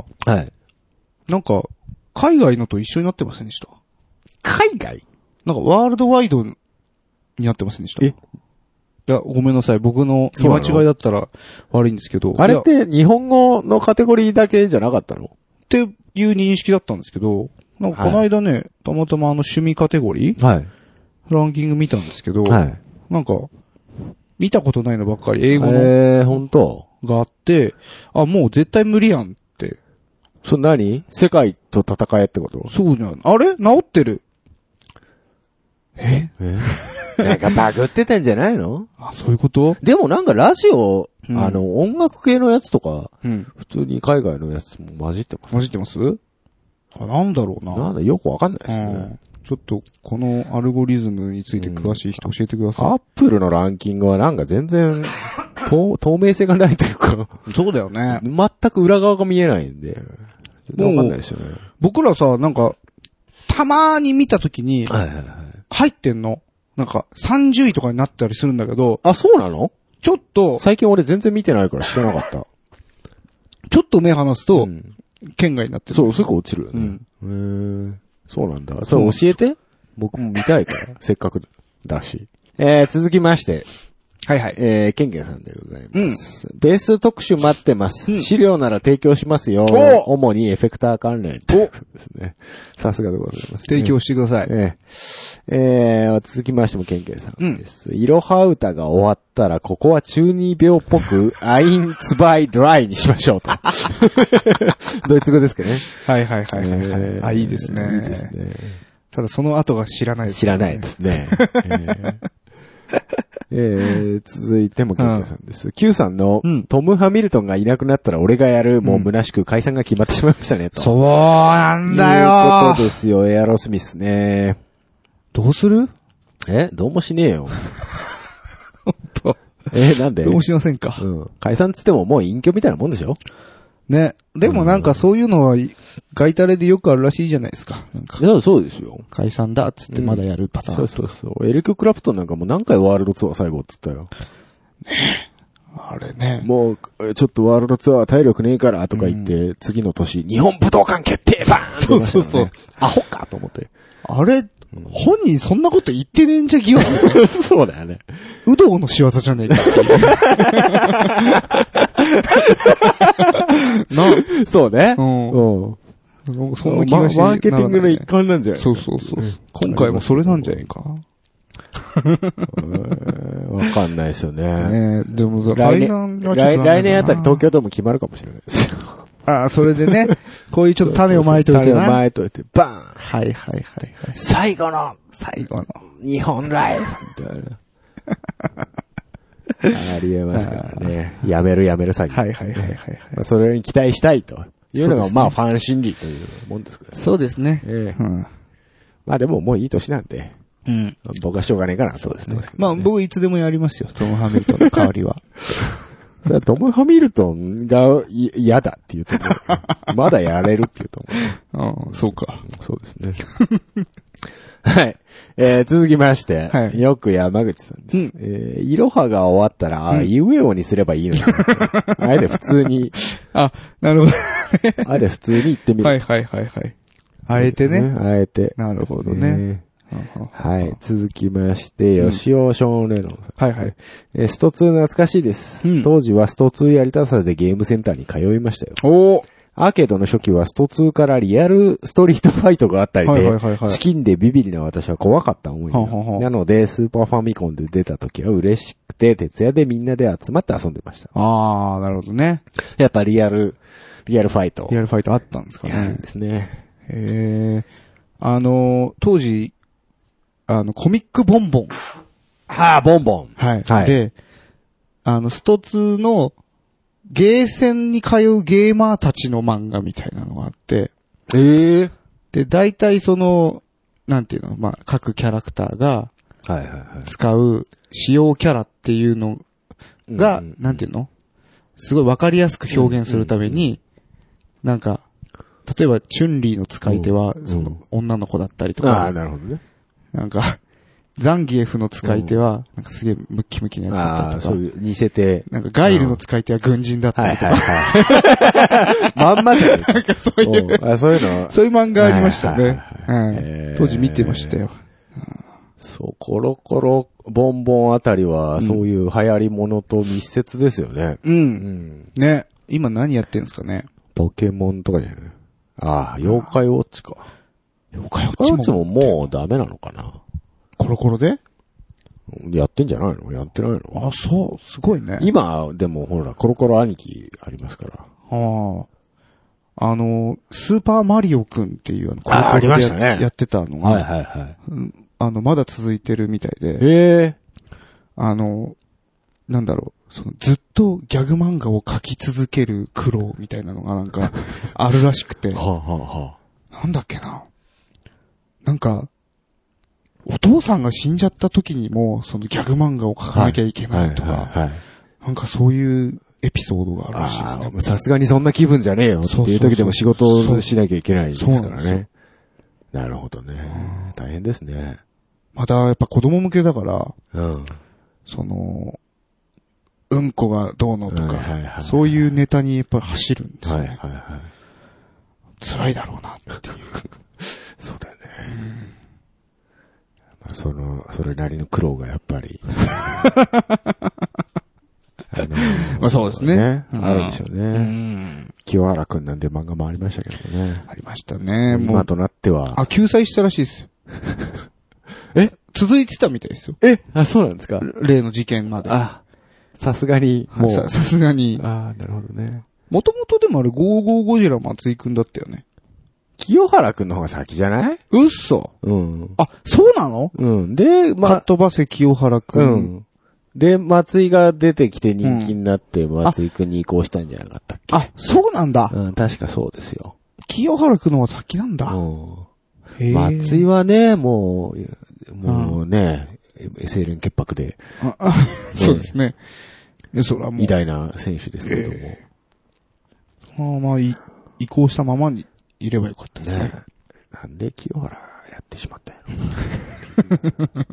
なんか、海外のと一緒になってませんでした？ 海外？ なんかワールドワイドになってませんでした？え？いや、ごめんなさい。僕の見間違いだったら悪いんですけど。 あれって日本語のカテゴリーだけじゃなかったの？ っていう認識だったんですけど、なんかこの間ね、はい、たまたまあの趣味カテゴリー、はい、ランキング見たんですけど、はい、なんか、見たことないのばっかり、英語の。 えー、本当があって、あ、もう絶対無理やんって。 それ何？世界と戦えってこと？ そうじゃん。あれ？治ってる。ええなんかバグってたんじゃないの？ あ、そういうこと？ でもなんかラジオ、うん、あの、音楽系のやつとか、うん、普通に海外のやつも混じってます、 ね。混じってます？あ、なんだろうな。 なんだ、よくわかんないですね。うん、 ちょっと、このアルゴリズムについて詳しい人教えてください。 アップルのランキングはなんか全然、透明性がないというか。 そうだよね。 全く裏側が見えないんで。全然わかんないですよね。 僕らさ、なんか、たまーに見たときに、はいはいはい、入ってんの。なんか、さんじゅういとかになったりするんだけど。 あ、そうなの？ ちょっと。 最近俺全然見てないから知らなかった。 ちょっと目離すと、うん、圏外になってる。 そう、すぐ落ちるよね。うん。へー、そうなんだ。それ教えて？僕も見たいから、せっかくだし。えー、続きまして。はいはい。えー、ケンケンさんでございます。うん、ベース特集待ってます。うん、資料なら提供しますよ。主にエフェクター関連。おですね。さすがでございます、ね。 提供してください。 えー、えー、続きましてもケンケンさんです。いろは歌が終わったら、ここは中二病っぽく、アインツバイドライにしましょうと。ドイツ語ですかね。 はいはいはいはい、はいえー。あ、いいですね。いいですね。ただその後が知らないですね。 知らないですね。えーえー、続いてもケンケンさんです。うん、Q さんの、うん、トム・ハミルトンがいなくなったら俺がやる、もう虚しく解散が決まってしまいましたね、と。 そうなんだよー。いうことですよ、エアロスミスね。 どうする？ えどうもしねえよ。 本当。 えなんで？ どうもしませんか。 うん。解散つってももう隠居みたいなもんでしょ？ ね。でもなんかそういうのは、ガイタレでよくあるらしいじゃないですか。なんかいや、そうですよ。 解散だっつってまだやるパターン、 うん。そうそうそう。エリック・クラプトンなんかもう何回ワールドツアー最後っつったよ。 ねあれね。 もう、ちょっとワールドツアー体力ねえからとか言って、うん、次の年、日本武道館決定バーン、 そうそうそう。 アホかと思って。 あれ、うん、本人そんなこと言ってねえんじゃ気がそうだよね。 有働の仕業じゃねえかっていう。 な、そうね。 うん。うん。そんな気がして、 マーケティングの一環なんじゃない、 そうそうそう。今回もそれなんじゃないか。 わかんないですよね。 ねでも来年、来, 来年あたり東京ドーム決まるかもしれないですよ。 ああ、それでね、こういうちょっと種をまいといてな。 種をまいといて、バーンはいはいはい、はい。 最後の、 最後の、 日本ライブみたいな。ありえますからね。やめるやめる詐欺。 はいはいはいはい、はいまあ。それに期待したいというのが、まあファン心理というもんですけどね。 そうですね。 ええうん、まあでももういい年なんで。 うん。 僕はしょうがねえかなと、 そうですね。まあ僕いつでもやりますよ。トム・ハミルトンの代わりは。 トム・ハミルトンが嫌だって言うと思う。まだやれるって言うと思う。ああ、そうか。 そうですね。はい。えー、続きまして、はい、よく山口さんです。うん、えー、いろはが終わったら、あ、ゆえおにすればいいのかな。あえて普通に。 あ、なるほど。 あえて普通に言ってみる。 はいはいはいはい。あえてね。ねあえて。 なるほどね。 はい。続きまして、吉尾少年郎さん。 はいはい。 えー、ストツー懐かしいです、うん。当時はストツーやりたさでゲームセンターに通いましたよ。 おー。 アーケードの初期はストツーからリアルストリートファイトがあったりで、はいはいはいはい、チキンでビビリな私は怖かった思いが。はははなので、スーパーファミコンで出た時は嬉しくて、徹夜でみんなで集まって遊んでました。 あー、なるほどね。 やっぱリアル、リアルファイト。 リアルファイトあったんですかね。 あるんですね。 へー。あの、当時、あの、コミックボンボン。 はぁ、ボンボン。 はい。はい。で、あの、ストツーの、ゲーセンに通うゲーマーたちの漫画みたいなのがあって。 ええー。 で、大体その、なんていうの、まあ、各キャラクターが、 はいはいはい。 使う使用キャラっていうのが、うんうんうん、なんていうのすごいわかりやすく表現するために、うんうんうん、なんか、例えば、チュンリーの使い手は、うんうん、その、女の子だったりとか。 ああ、なるほどね。 なんか、ザンギエフの使い手は、なんかすげえムッキムキなやつだったりとか。 ああ、そういう、似せて。 なんかガイルの使い手は軍人だったりとか。 はいはいはい、まんまじゃねえなんかそういう、 あそういうの。 そういう漫画ありましたね。当時見てましたよ。 そう、コロコロ、ボンボンあたりは、そういう流行り物と密接ですよね。 うん。うん、ね。今何やってんですかね。 ポケモンとかじゃない。ああ、妖怪ウォッチか。 妖怪ウォッチももうダメなのかな。 コロコロでやってんじゃないのやってないのあ、そう。すごいね。 今、でもほら、コロコロ兄貴ありますから。 はあ。あの、スーパーマリオくんっていうあの、コロコロありましたね。 やってたのが。 はいはいはい。 あの、まだ続いてるみたいで。 へえ。 あの、なんだろう、そのずっとギャグ漫画を描き続ける苦労みたいなのがなんか、あるらしくて。 はあはあはあ。なんだっけな。なんか、お父さんが死んじゃった時にも、そのギャグ漫画を描かなきゃいけないとか、はいはいはいはい、なんかそういうエピソードがあるらしいですね。 さすがにそんな気分じゃねえよっていう時でも仕事をしなきゃいけないですからね。なるほどね。大変ですね。 またやっぱ子供向けだから、 うん、 その、うんこがどうのとか、はいはいはい、そういうネタにやっぱり走るんですよね。はいはいはい、辛いだろうなっていう。 そうだよね。まあ、その、それなりの苦労がやっぱり。あのー、 まあそうですね。 ねうん、あるんでしょうね。うん、清原くんなんで漫画もありましたけどね。 ありましたね。 今となっては。 あ、救済したらしいですよ。 え続いてたみたいですよ。 えあ、そうなんですか例の事件まで。 あ、さすがに、もう。 さ、さすがに。 ああ、なるほどね。 もともとでもあれ、ゴーゴーゴジラ松井くんだったよね。 清原くんの方が先じゃないうっそ。 うん。 あ、そうなのうん。で、 まあ。かっ飛ばせ清原くん。うん。 で、松井が出てきて人気になって、うん、松井くんに移行したんじゃなかったっけあ、そうなんだ。 うん、確かそうですよ。 清原くんの方が先なんだ。うん。へ松井はね、もう、もうね、うん、清廉潔白で。 ああね、そうですね。そらもう。 偉大な選手ですけども。 えー、 あまあ、い、移行したままにいればよかったですね。ねなんで清原やってしまったんやろ。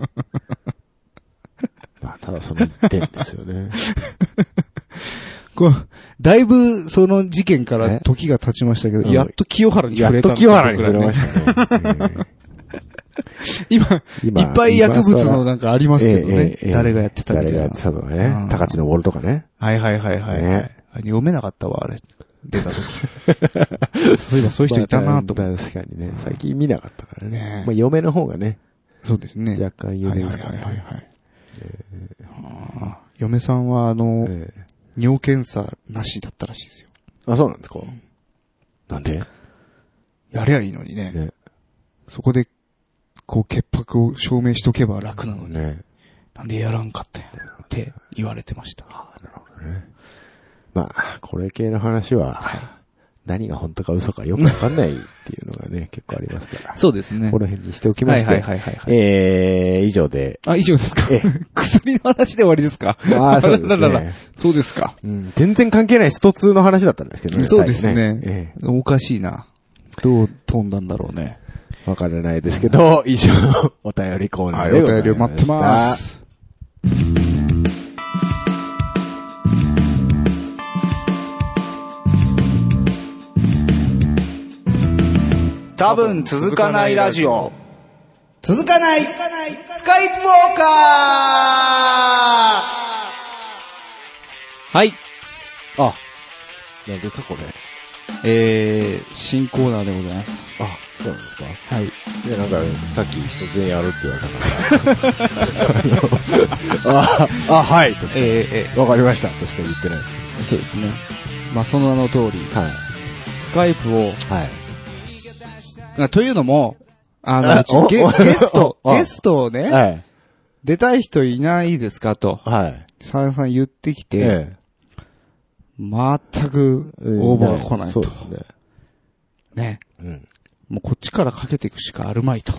まあ、ただその一点ですよね。 こう、だいぶその事件から時が経ちましたけど、やっと清原に触れた、 ね。やっと清原に触れましたね。 今、今、いっぱい薬物のなんかありますけどね。ええええ、誰がやってたみたいな。 誰がやってたとかね。高知登るとかね。 はいはいはいはい。ね、読めなかったわ、あれ。出た時。そういえばそういう人いたなと思って。 確かにね。最近見なかったからね。ねまあ、嫁の方がね。 そうですね。 若干有名ですからね。 はいはいはいはい、えーはあ。嫁さんはあの、えー、尿検査なしだったらしいですよ。 あ、そうなんですか、うん、なんでやりゃいいのにね。ねそこで、こう潔白を証明しとけば楽なのに。ね、なんでやらんかったんやって言われてました。 ああ、なるほどね。まあ、これ系の話は、はい、何が本当か嘘かよくわかんないっていうのがね、結構ありますから。 そうですね。 この辺にしておきまして。 はいはいはいはい、はい。 えー、以上で。 あ、以上ですか。え薬の話で終わりですか。 ああ、そうですね。 そうですか、 うん。全然関係ないストツーの話だったんですけどね。 そうですね。ええ、おかしいな。どう飛んだんだろうね。 わからないですけど、以上、お便りコーナーでございました。はい、お便りを待ってます。多分続かないラジオ。続かないスカイプウォーカー。はい。 あ、なんですかこれ。 えー、新コーナーでございます。 あ、そうなんですか。 はい。 いや、なんか、さっき突然やるって言われたから。あ、あ、はい。としか、えー、えー、わかりました。としか言ってない。 そうですね。まあ、その名の通り。はい。スカイプを。はい。というのも、あの、うちゲ、ゲスト、ゲストをね、はい、出たい人いないですかと、はい。さんさん言ってきて、ええ、全く応募が来ないと。そうですね。ね。うん。もうこっちからかけていくしかあるまいと。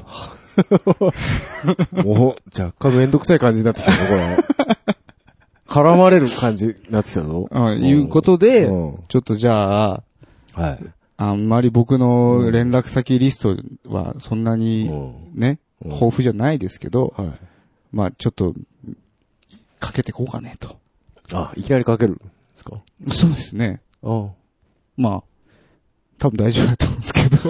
もう、若干めんどくさい感じになってきたぞ、これ。絡まれる感じになってきたぞ。 うん、いうことで、うん、ちょっとじゃあ、はい。あんまり僕の連絡先リストはそんなにね、うん、豊富じゃないですけど、はい、まあちょっと、かけてこうかねと。 あ、いきなりかけるんですか？ そうですね。ああまあ、多分大丈夫だと思うんですけど。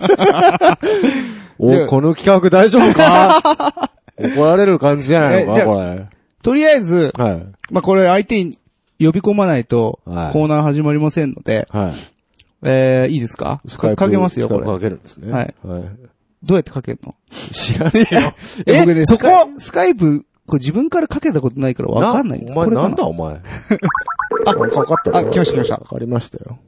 お、この企画大丈夫か怒られる感じじゃないのかこれ。 とりあえず、はい、まあこれ相手に呼び込まないと、コーナー始まりませんので、はいえー、いいですかか, かけますよ、これ。 かけるんですね。 はい。はい、どうやってかけるの知らねえよ。 え、僕ね、そこスカイプ、これ自分からかけたことないからわかんないんですお前なんだお前。あ、かかったよ。 あ、来ました来ました。 わかりましたよ。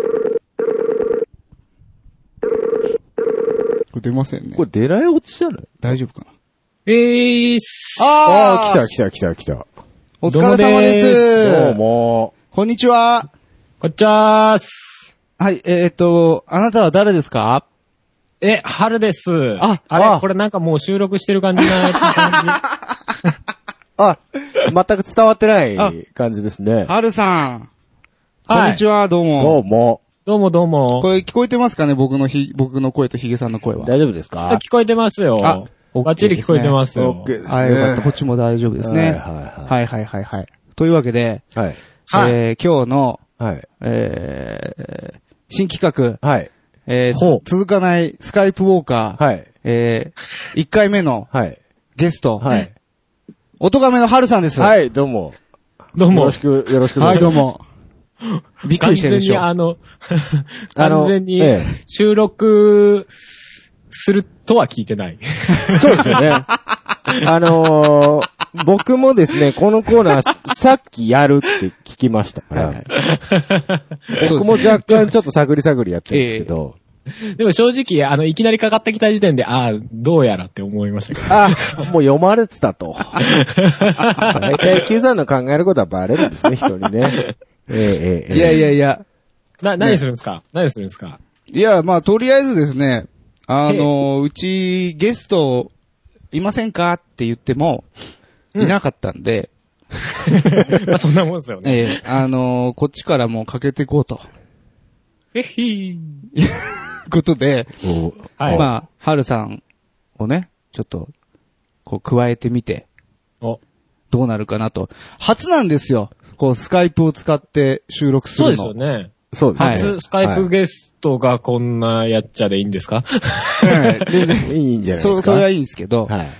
これ出ませんね。 これ出ない落ちじゃない大丈夫かなえーす。 あー、来た来た来た来た。 お疲れ様です。 どうも。 こんにちは。 こんにちはーす。 はい、えー、っと、あなたは誰ですか？ え、春です。 あ、 あれあこれなんかもう収録してる感じな感じ。 あ、全く伝わってない感じですね。 春さん。こんにちは、どうも。 どうも。 どうもどうも。 これ聞こえてますかね僕のひ、僕の声とヒゲさんの声は。 大丈夫ですか？ 聞こえてますよ。あ、バッチリ聞こえてますよ。 OK ですね。 はい、よかった。こっちも大丈夫ですね。はいはいはいはいはい。というわけで、はい。えー、今日の、はい。えー、新企画。はい。えー、続かないスカイプウォーカー。はい。えー、いっかいめの。はい。ゲスト。はい。おとがめの春さんです。 はい、どうも。 どうも。 よろしく、よろしく。 はい、どうも。びっくりしてるでしょ。 完全にあの、完全に収録するとは聞いてない。 そうですよね。あのー、僕もですね、このコーナーさっきやるって聞きましたから。はい、僕も若干ちょっと探り探りやってるんですけど。 えー、でも正直、あの、いきなりかかってきた時点で、ああ、どうやらって思いましたけど。 ああ、もう読まれてたと。大体 Q さんの考えることはバレるんですね、人にね。えー、えー、 いやいやいや。 な、何するんですか、ね、何するんですかいや、まあ、とりあえずですね、あの、うちゲストいませんかって言っても、いなかったんで。 うん、まあそんなもんですよね。 ええー、あのー、こっちからもうかけていこうと。 えひー。ことで、 はい、 まあ、はるさんをね、ちょっと、こう、加えてみて、 おどうなるかなと。初なんですよ。こう、スカイプを使って収録するの。 そうですよね。 そうですね。 初スカイプゲストがこんなやっちゃでいいんですか？ はい。全然いいんじゃないですか。 そ、それはいいんですけど。 はい。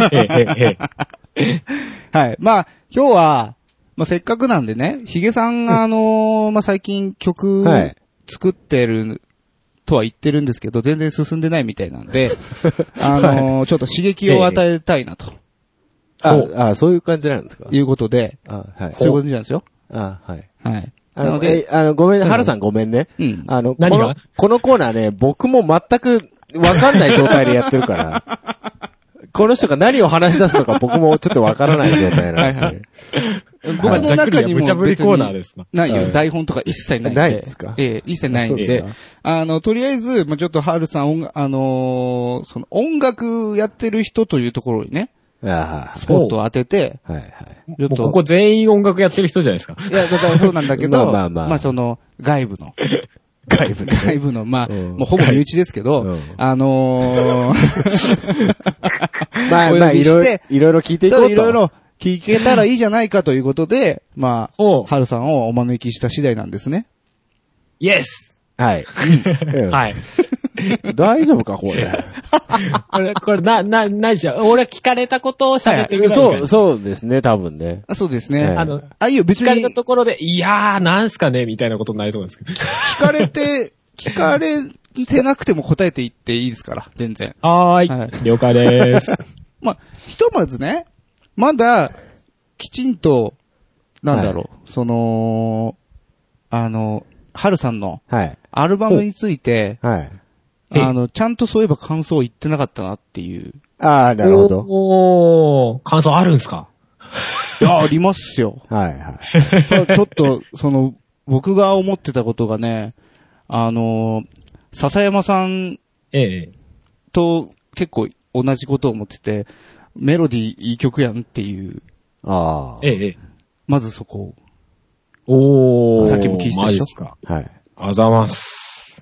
はい。まあ、今日は、まあ、せっかくなんでね、ヒゲさんがあのー、まあ、最近曲作ってるとは言ってるんですけど、全然進んでないみたいなんで、あのー、ちょっと刺激を与えたいなと。 ああ、そういう感じなんですか？ いうことで、 あはい。 そういうことなんですよ。 あはい。 はい。 なので、あの、ごめん、はるさんごめんね。 うん。 あの、 何が？ このコーナーね、僕も全くわかんない状態でやってるから、この人が何を話し出すのか僕もちょっとわからない状態なんで。はいはい。 僕の中にも無茶ぶりコーナーですな。 ないよ。台本とか一切ないんで。 ないですか？ ええ、一切ないんで。あの、とりあえず、まあ、ちょっとはるさん、音あのー、その音楽やってる人というところにね、スポットを当てて、 はいはい。 ちょっとここ全員音楽やってる人じゃないですか。 いや、だからそうなんだけど、 まあまあまあ。 まあその、外部の。 外部の。 外部の、まあ、もうほぼ身内ですけど、あのー、 まあまあ、いろいろ、いろいろ聞いていこうと。 いろいろ聞けたらいいじゃないかということで、まあ、はるさんをお招きした次第なんですね。 イエスはい。 はい。 大丈夫か、これ。 これ、これ、な、な、ないじゃん。俺聞かれたことを喋ってくれる。 そう、そうですね、多分ね。 そうですね。 あの、 あ、いいよ、別に。 聞かれたところで、いやー、なんすかねみたいなことになりそうですけど。 聞かれて、聞かれてなくても答えていっていいですから、全然。 はーい。はい、了解でーす。 まあ、ひとまずね、まだ、きちんと、なんだろう、はい、その、あの、はるさんの、 はい。 アルバムについて、 はい。 あの、ちゃんとそういえば感想を言ってなかったなっていう。 ああ、なるほど。 おー、感想あるんですか？ いや、ありますよ。 はいはい。 ちょっと、その、僕が思ってたことがね、あの、笹山さんと結構同じことを思ってて、メロディーいい曲やんっていう。 ああ。 ええ。 まずそこを。おー。 さっきも聞いてたでしょ？ マジっすか。 はい。 あざます。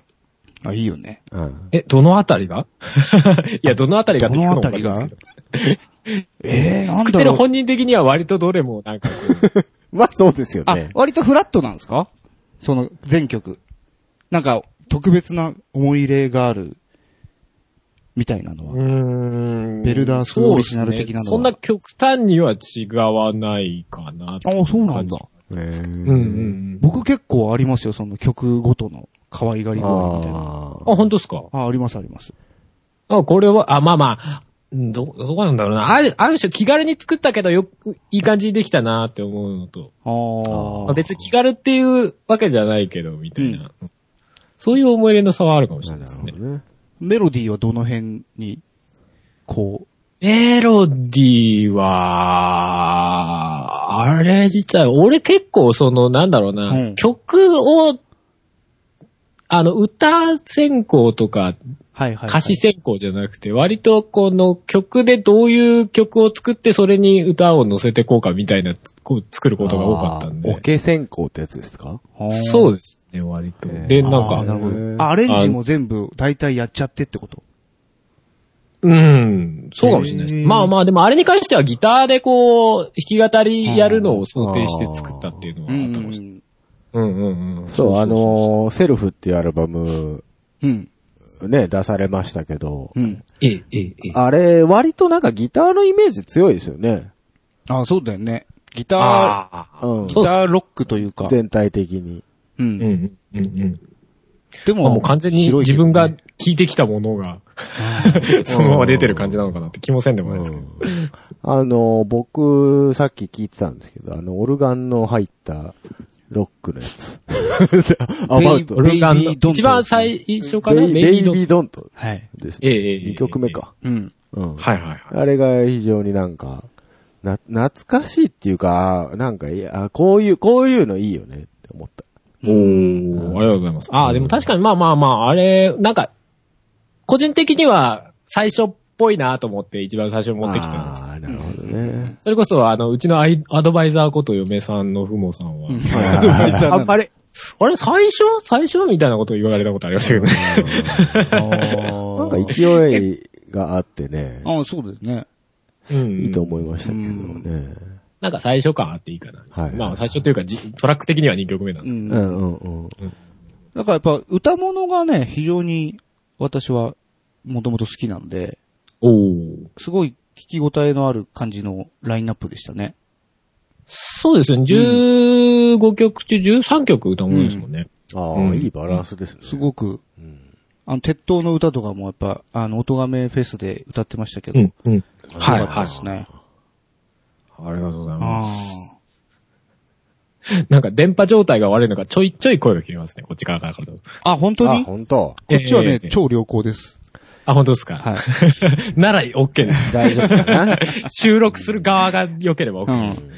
あ、いいよね。 うん。 え、どのあたりがいや、どのあたりがどのあたりがえー、なんだろう。 作ってる本人的には割とどれもなんかこう。 まあそうですよね。 あ、割とフラットなんですか？その全曲。なんか、特別な思い入れがある、みたいなのは。 うーん。 ベルダースオリジナル的なのは。 そんな極端には違わないかな。 あ、そうなんだ。 うんうんうん。 僕結構ありますよ、その曲ごとの可愛がり具合みたいな。 あ、本当ですか？ あ、ありますあります。 あ、これは、あ、まあまあ、ど、どうなんだろうな。ある、ある種気軽に作ったけどよく、いい感じにできたなって思うのと。 ああ。 別に気軽っていうわけじゃないけど、みたいな。うん、そういう思い入れの差はあるかもしれないですね。 ねメロディーはどの辺に、こう。 メロディーは、あれ自体、俺結構その、なんだろうな、うん、曲を、あの、歌選考とか、 はいはいはい、 歌詞選考じゃなくて、割とこの曲でどういう曲を作ってそれに歌を乗せてこうかみたいな、こう作ることが多かったんで。 オケ選考ってやつですか？ そうですね、割と。で、なんか、 なるほど。アレンジも全部大体やっちゃってってこと？ うん、そうかもしれないです。まあまあ、でもあれに関してはギターでこう、弾き語りやるのを想定して作ったっていうのはあったかもしれない。うんうんうん。 そう、あのー、セルフっていうアルバム、 うん。 ね、出されましたけど、 うん。 ええ、ええ、 あれ、割となんかギターのイメージ強いですよね。 ああ、そうだよね。ギター、うん、ギターロックというか。 全体的に。 うん。うん、うん、うん。 でも、 もう完全に自分が聴いてきたものが、そのまま出てる感じなのかなって気もせんでもないですけど。 あの、僕、さっき聞いてたんですけど、あの、オルガンの入った、ロックのやつ。 アバウト。 ベイビードント。一番最初かなベイビードント。 はい。 ですね。 ええ、ええ。 にきょくめか。 うん。 うん。 はいはいはい。 あれが非常になんか、な、懐かしいっていうか、なんか、いや、こういう、こういうのいいよねって思った。 おー、ありがとうございます。ああ、でも確かにまあまあまあ、あれ、なんか、個人的には最初っぽいなと思って一番最初に持ってきたんです。 ああ、なるほどね。 それこそ、あの、うちのアイアドバイザーこと嫁さんのふもさんは、 アドバイザーあんまり、 あれ、最初最初みたいなことを言われたことありましたけどね。 なんか勢いがあってね。 ああ、そうですね。 うん。いいと思いましたけどね。 なんか最初感あっていいかな。はい。まあ最初というか、トラック的にはにきょくめなんですけど。うんうんうん。 だからやっぱ歌物がね、非常に私はもともと好きなんで、おすごい聞き応えのある感じのラインナップでしたね。 そうですね。じゅうごきょく中じゅうさんきょく歌物ですもんね。 うん、ああ、うん、いいバランスですね。 すごく、うん、あの、鉄塔の歌とかもやっぱ、あの、音亀フェスで歌ってましたけど、うんうん、はい、はいですね。 ありがとうございます。なんか電波状態が悪いのかちょいちょい声が切れますね、こっち側からと。 あ、本当に？ あ、本当。 こっちはね、えー、超良好です。 あ、本当ですか？はい。なら OK です。 大丈夫かな？ 収録する側が良ければ OK です。うん、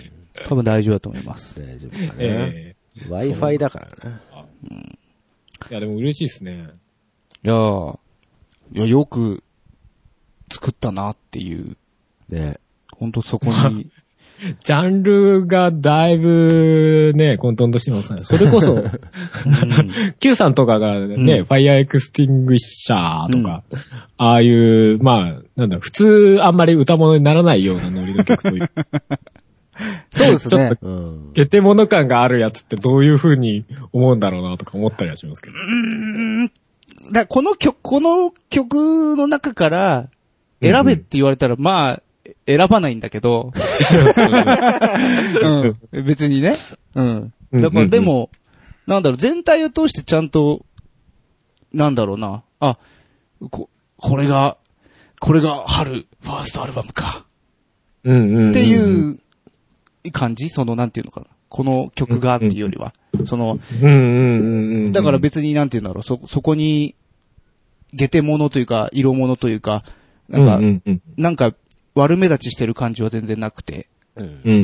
多分大丈夫だと思います。 大丈夫かな。えー、Wi-Fi だからな。 うん。いや、でも嬉しいですね。 いやー、いや、よく作ったなっていう。ね。ほんとそこに。 ジャンルがだいぶね、混沌としてますね。それこそ、うん、Q さんとかがね、うん、ファイアーエクスティングイッシャーとか、うん、ああいう、まあ、なんだ、普通あんまり歌物にならないようなノリの曲という。 そうですね。 ちょっと、ゲテモノ感があるやつってどういう風に思うんだろうなとか思ったりはしますけど。うーんだこの曲、この曲の中から選べって言われたら、うん、まあ、選ばないんだけど、うん、別にね。うん。だからでも、なんだろう、全体を通してちゃんと、なんだろうな。あ、こ、これが、これが春、ファーストアルバムか。うんうんうんうん、っていう感じその、なんていうのかな。この曲がっていうよりは。その、だから別になんていうんだろう、そ、そこに、下手物というか、色物というか、なんか、うんうんうん、なんか、悪目立ちしてる感じは全然なくて、うんうんうん、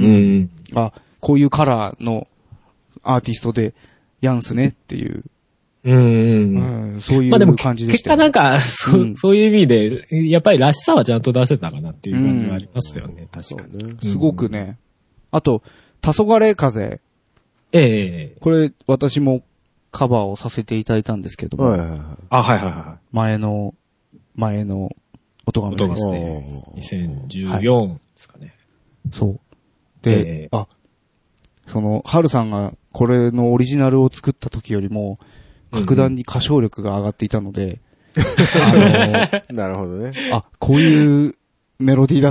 あ、こういうカラーのアーティストでやんすねっていう、うんうんうん、そういう感じでした、 ね。まあでも結果なんかそ、うん、そういう意味で、やっぱりらしさはちゃんと出せたかなっていう感じはありますよね、うん、確かに、ね。 すごくね。あと、黄昏風。ええー。これ、私もカバーをさせていただいたんですけども。はいはいはい、 あ、はいはいはい。 前の、前の、音がですね。 にせんじゅうよんですかね。 はい、そう。で、えー、あ、その、春さんがこれのオリジナルを作った時よりも、格段に歌唱力が上がっていたので、 うん、あの、なるほどね。 あ、こういうメロディーだった。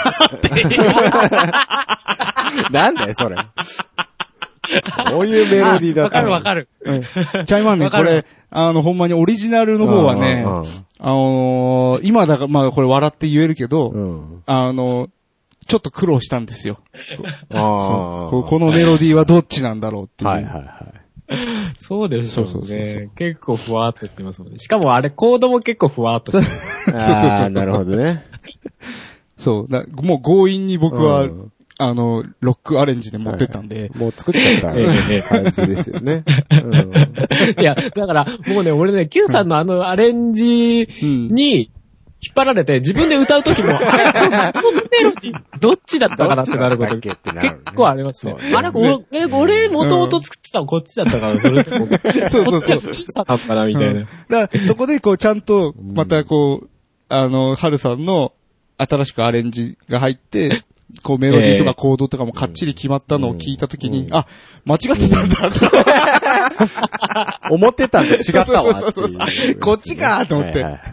なんだよ、それ。こういうメロディーだった。 わかるわかる。 うん。チャイマンね、これ、あの、ほんまにオリジナルの方はね、あのー、今だから、まあこれ笑って言えるけど、うん、あの、ちょっと苦労したんですよ。あそうこのメロディーはどっちなんだろうっていう。はいはいはい。 そうでしょうね。そうそうそうそう結構ふわーっとしてますもんね。しかもあれコードも結構ふわーっとしてます。 そうそうそう。なるほどね。 そうだ。もう強引に僕は、うん、あの、ロックアレンジで持ってったんで。はい、 もう作っちゃった感じですよね。うん、 いや、だから、もうね、俺ね、Q さんのあのアレンジに引っ張られて、自分で歌うときも、あれ、このメロディー、どっちだったかなってなること結構ありますね。あれ、俺、俺、もともと作ってたのこっちだったから、それとも、そうそうそう。Q さんだったかな、みたいな。 だから、そこでこう、ちゃんと、またこう、あの、春さんの新しくアレンジが入って、こうメロディーとかコードとかもかっちり決まったのを聞いたときに、あ、間違ってたんだと。 思ってたんと違ったわ。そうそうそうこっちかと思って。はいはい、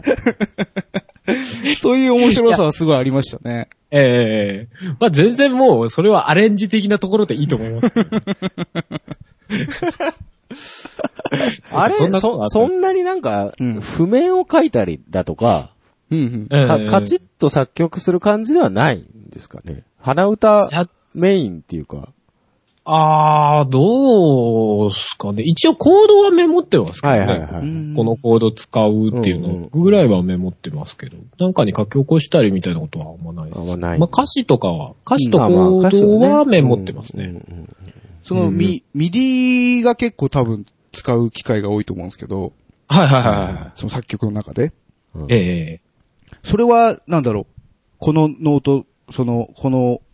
そういう面白さはすごいありましたね。 ええー、まあ全然もう、それはアレンジ的なところでいいと思います、ね。 あれそんな、そ、そんなになんか、譜面を書いたりだとか、うんうん、かカチッと作曲する感じではないんですかね。鼻歌メインっていうか。 あー、どうすかね。一応コードはメモってますけどね。はいはいはい、このコード使うっていうのぐらいはメモってますけど。なんかに書き起こしたりみたいなことはあんまないです。あんまない。まあ歌詞とかは、歌詞とコードはメモってますね。 そのミ、ミディが結構多分使う機会が多いと思うんですけど。 はいはいはい。 その作曲の中で。 ええー。 それは、なんだろう。このノート、その、この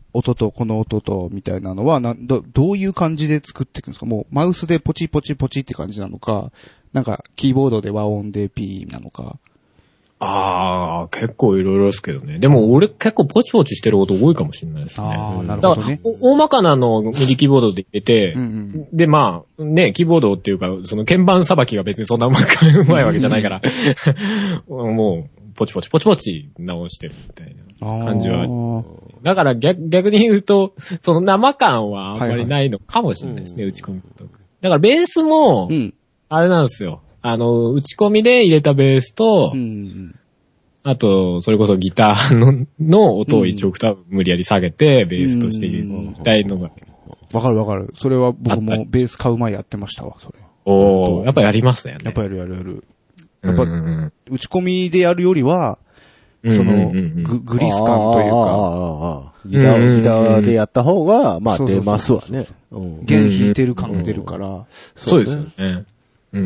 音とこの音とみたいなのはなど、どういう感じで作っていくんですか？もうマウスでポチポチポチって感じなのか、なんかキーボードで和音で P なのか。 ああ、結構いろいろですけどね。でも俺結構ポチポチしてること多いかもしれないですね。 ああ、なるほどね。 だから大まかなのミディキーボードで入れて、うんうん、でまあね、キーボードっていうか、その鍵盤さばきが別にそんなうまくうまいわけじゃないから、うんうん、もうポチポチポチポチ直してるみたいな感じはある。だから逆逆に言うと、その生感はあんまりないのかもしれないですね、はいはい、打ち込みと。だからベースも、うん、あれなんですよ。あの、打ち込みで入れたベースと、うんうん、あと、それこそギターの、の音を一オクターブ無理やり下げて、ベースとして入れたいのが。 わかるわかる。それは僕もベース買う前やってましたわ、それ。 おー、やっぱやりますね。 やっぱやるやるやる。やっぱ、うんうん、打ち込みでやるよりは、その、グ、グリス感というか、 ギター、ギターでやった方が、まあ出ますわね。 弦弾いてる感が出るから。 そうですよね。うんうん。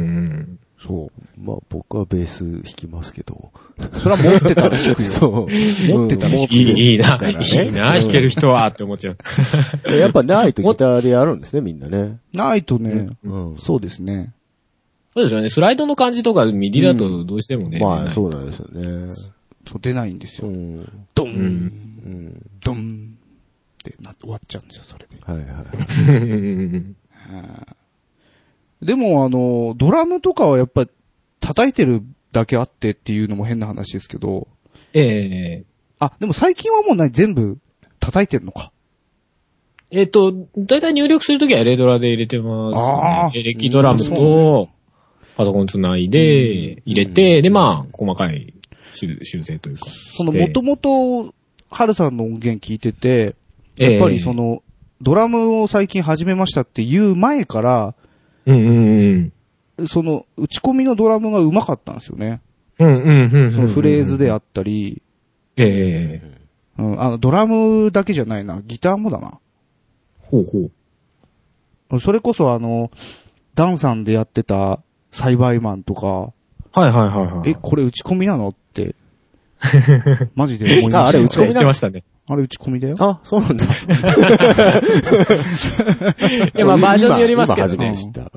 そう。まあ僕はベース弾きますけど。 それは持ってたら弾くよ。そう。持ってたら弾くよ。 いい、いいな。いいな、弾ける人はって思っちゃう。 やっぱないとギターでやるんですね、みんなね。 ないとね、そうですね。 そうですよね。スライドの感じとかミディだとどうしてもね。 まあそうなんですよね。 そう出ないんですよ。ドンドンってな終わっちゃうんですよ、それで。はいはい。でもあの、ドラムとかはやっぱ叩いてるだけあってっていうのも変な話ですけど。 ええー。 あ、でも最近はもう何全部叩いてるのか。 えっと、だいたい入力するときはエレドラで入れてますね。エレキドラムとパソコンつないで入れて、でまあ、細かい修正というか。 そのもともと、ハルさんの音源聞いてて、やっぱりその、ドラムを最近始めましたっていう前から、うんうんうん、その、打ち込みのドラムが上手かったんですよね。うんうんうん、うん。そのフレーズであったり、ええー、うん、あの、ドラムだけじゃないな、ギターもだな。ほうほう。それこそあの、ダンさんでやってた栽培マンとか、はいはいはいはい。え、これ打ち込みなのって、マジで思いました。 あ、あれ打ち込みなのましたね。 あれ打ち込みだよ。 あ、そうなんだ。 いや、まあバージョンによりますけど。 今初めて知った、うん。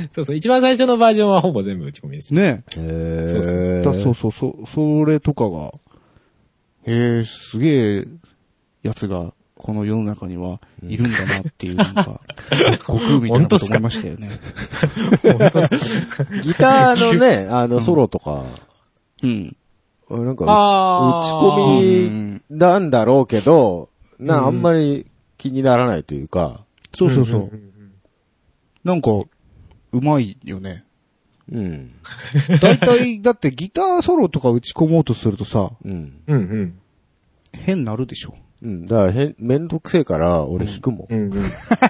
そうそう、一番最初のバージョンはほぼ全部打ち込みです。 ねえ。そうそうそう。そうそう、それとかが、へえ、すげえ、やつが、この世の中にはいるんだなっていう、なんか、悟空みたいなこと思いましたよね。 本当ですか。ギターのね、あの、ソロとか、うん。なんか、打ち込みなんだろうけど、な、あんまり気にならないというか。 そうそうそう。なんか、うまいよね。うん。だいたい、だってギターソロとか打ち込もうとするとさ、うん。うんうん。変なるでしょ。 うん。だからへん、めんどくせえから、俺弾くもん。うんうん。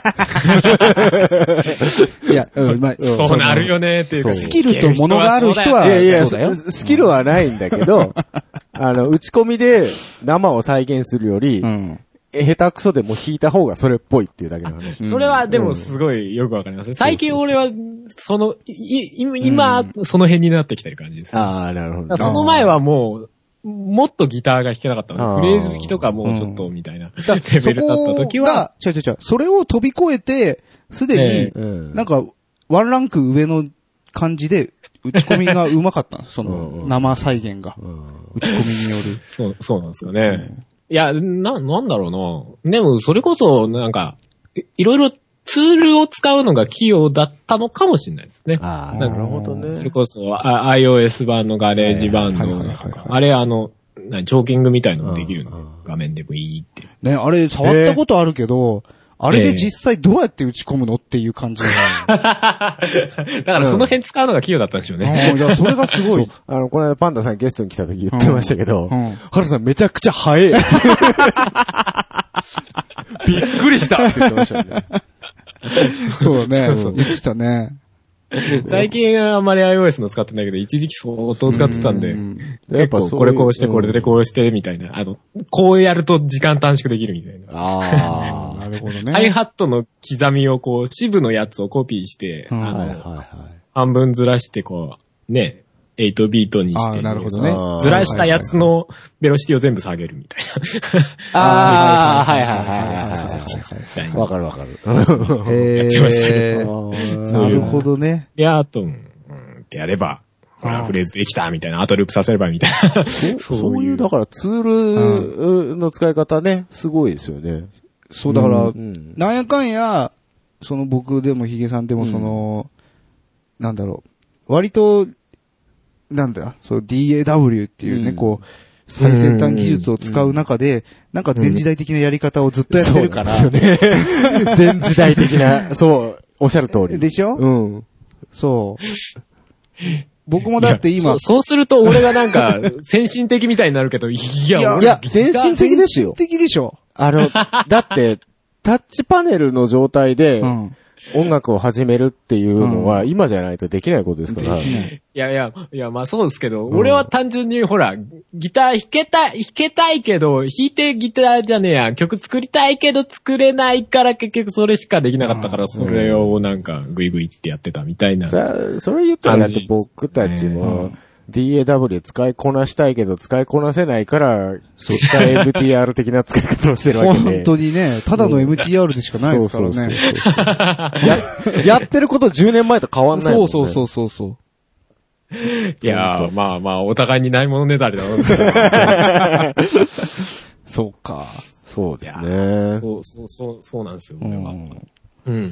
いや、うん、まあ、 そうなるよねっていうか。 スキルとものがある人は、いやいや、そうだよ。 スキルはないんだけど、あの、打ち込みで生を再現するより、うん、下手くそでも弾いた方がそれっぽいっていうだけなのね。 それはでもすごいよくわかりますね。最近俺は、その、い、今、その辺になってきてる感じです、ね。 ああ、なるほど。 その前はもう、もっとギターが弾けなかったので、フレーズ弾きとかもうちょっとみたいな、うん、レベルだった時は。 違う違う違う。それを飛び越えて、すでに、えー、なんか、ワンランク上の感じで、打ち込みが上手かったの。その、生再現が。打ち込みによる。 そう、そうなんですかね。うん、いや、な、なんだろうな。でも、それこそ、なんか、い, いろいろツールを使うのが器用だったのかもしれないですね。 ああ、なるほどね。 それこそ、iOS 版のガレージバンド、あれあの、チョーキングみたいのもできるので、画面でもいいって。 ね、あれ触ったことあるけど、あれで実際どうやって打ち込むのっていう感じだからその辺使うのが器用だったんでしょうね。 いや、それがすごい。 あの、この間パンダさんゲストに来た時言ってましたけど、ハルさんめちゃくちゃ早い。びっくりしたって言ってましたね。 そうだね。そうそう言ってたね。 最近あんまり iOS の使ってないけど、一時期相当使ってたんで、やっぱこれこうして、これでこうして、みたいな。あの、こうやると時間短縮できるみたいな。 ああ、なるほどね。 ハイハットの刻みをこう、支部のやつをコピーして、あの、半分ずらしてこう、ね、 エイトビートにして、 あなるほどね。 ずらしたやつのベロシティを全部下げるみたいな。ああ、はいはいはいはい。わかるわかる。 やってましたけど。なるほどね。 で、あと、うん、ってやれば、ほら、フレーズできたみたいな、アートループさせればみたいな。 そういう、だからツールの使い方ね、すごいですよね。 そう、だから、なんやかんや、その僕でもヒゲさんでもその、なんだろう、割と、なんだ、そう ディーエーダブリュー っていうね、うん、こう、最先端技術を使う中で、うん、なんか前時代的なやり方をずっとやってるから。 そうですよね。前時代的な、そう、おっしゃる通り。 でしょ？ うん。 そう。僕もだって今。 そう、そうすると俺がなんか、先進的みたいになるけど、いや、 いや、いや先進的ですよ。 先進的でしょ。 あの、だって、タッチパネルの状態で、うん音楽を始めるっていうのは、今じゃないとできないことですから。 できない。いやいや、いや、まあそうですけど、うん、俺は単純にほら、ギター弾けたい、弾けたいけど、弾いてギターじゃねえや、曲作りたいけど作れないから結局それしかできなかったから、それをなんかグイグイってやってたみたいな。 そ, それ言ったらだって僕たちも、ディーエーダブリュー 使いこなしたいけど使いこなせないから、そういった エムティーアール 的な使い方をしてるわけで。 本当にね、ただの エムティーアール でしかないですからね。 や, やってることじゅうねんまえと変わんないもんね。 そうそうそうそう。 いやー、まあまあ、お互いにないものねだりだろう。 そうか。 そうですね。 そうそうそう、そうなんですよ、俺は。うん、うんうんうん。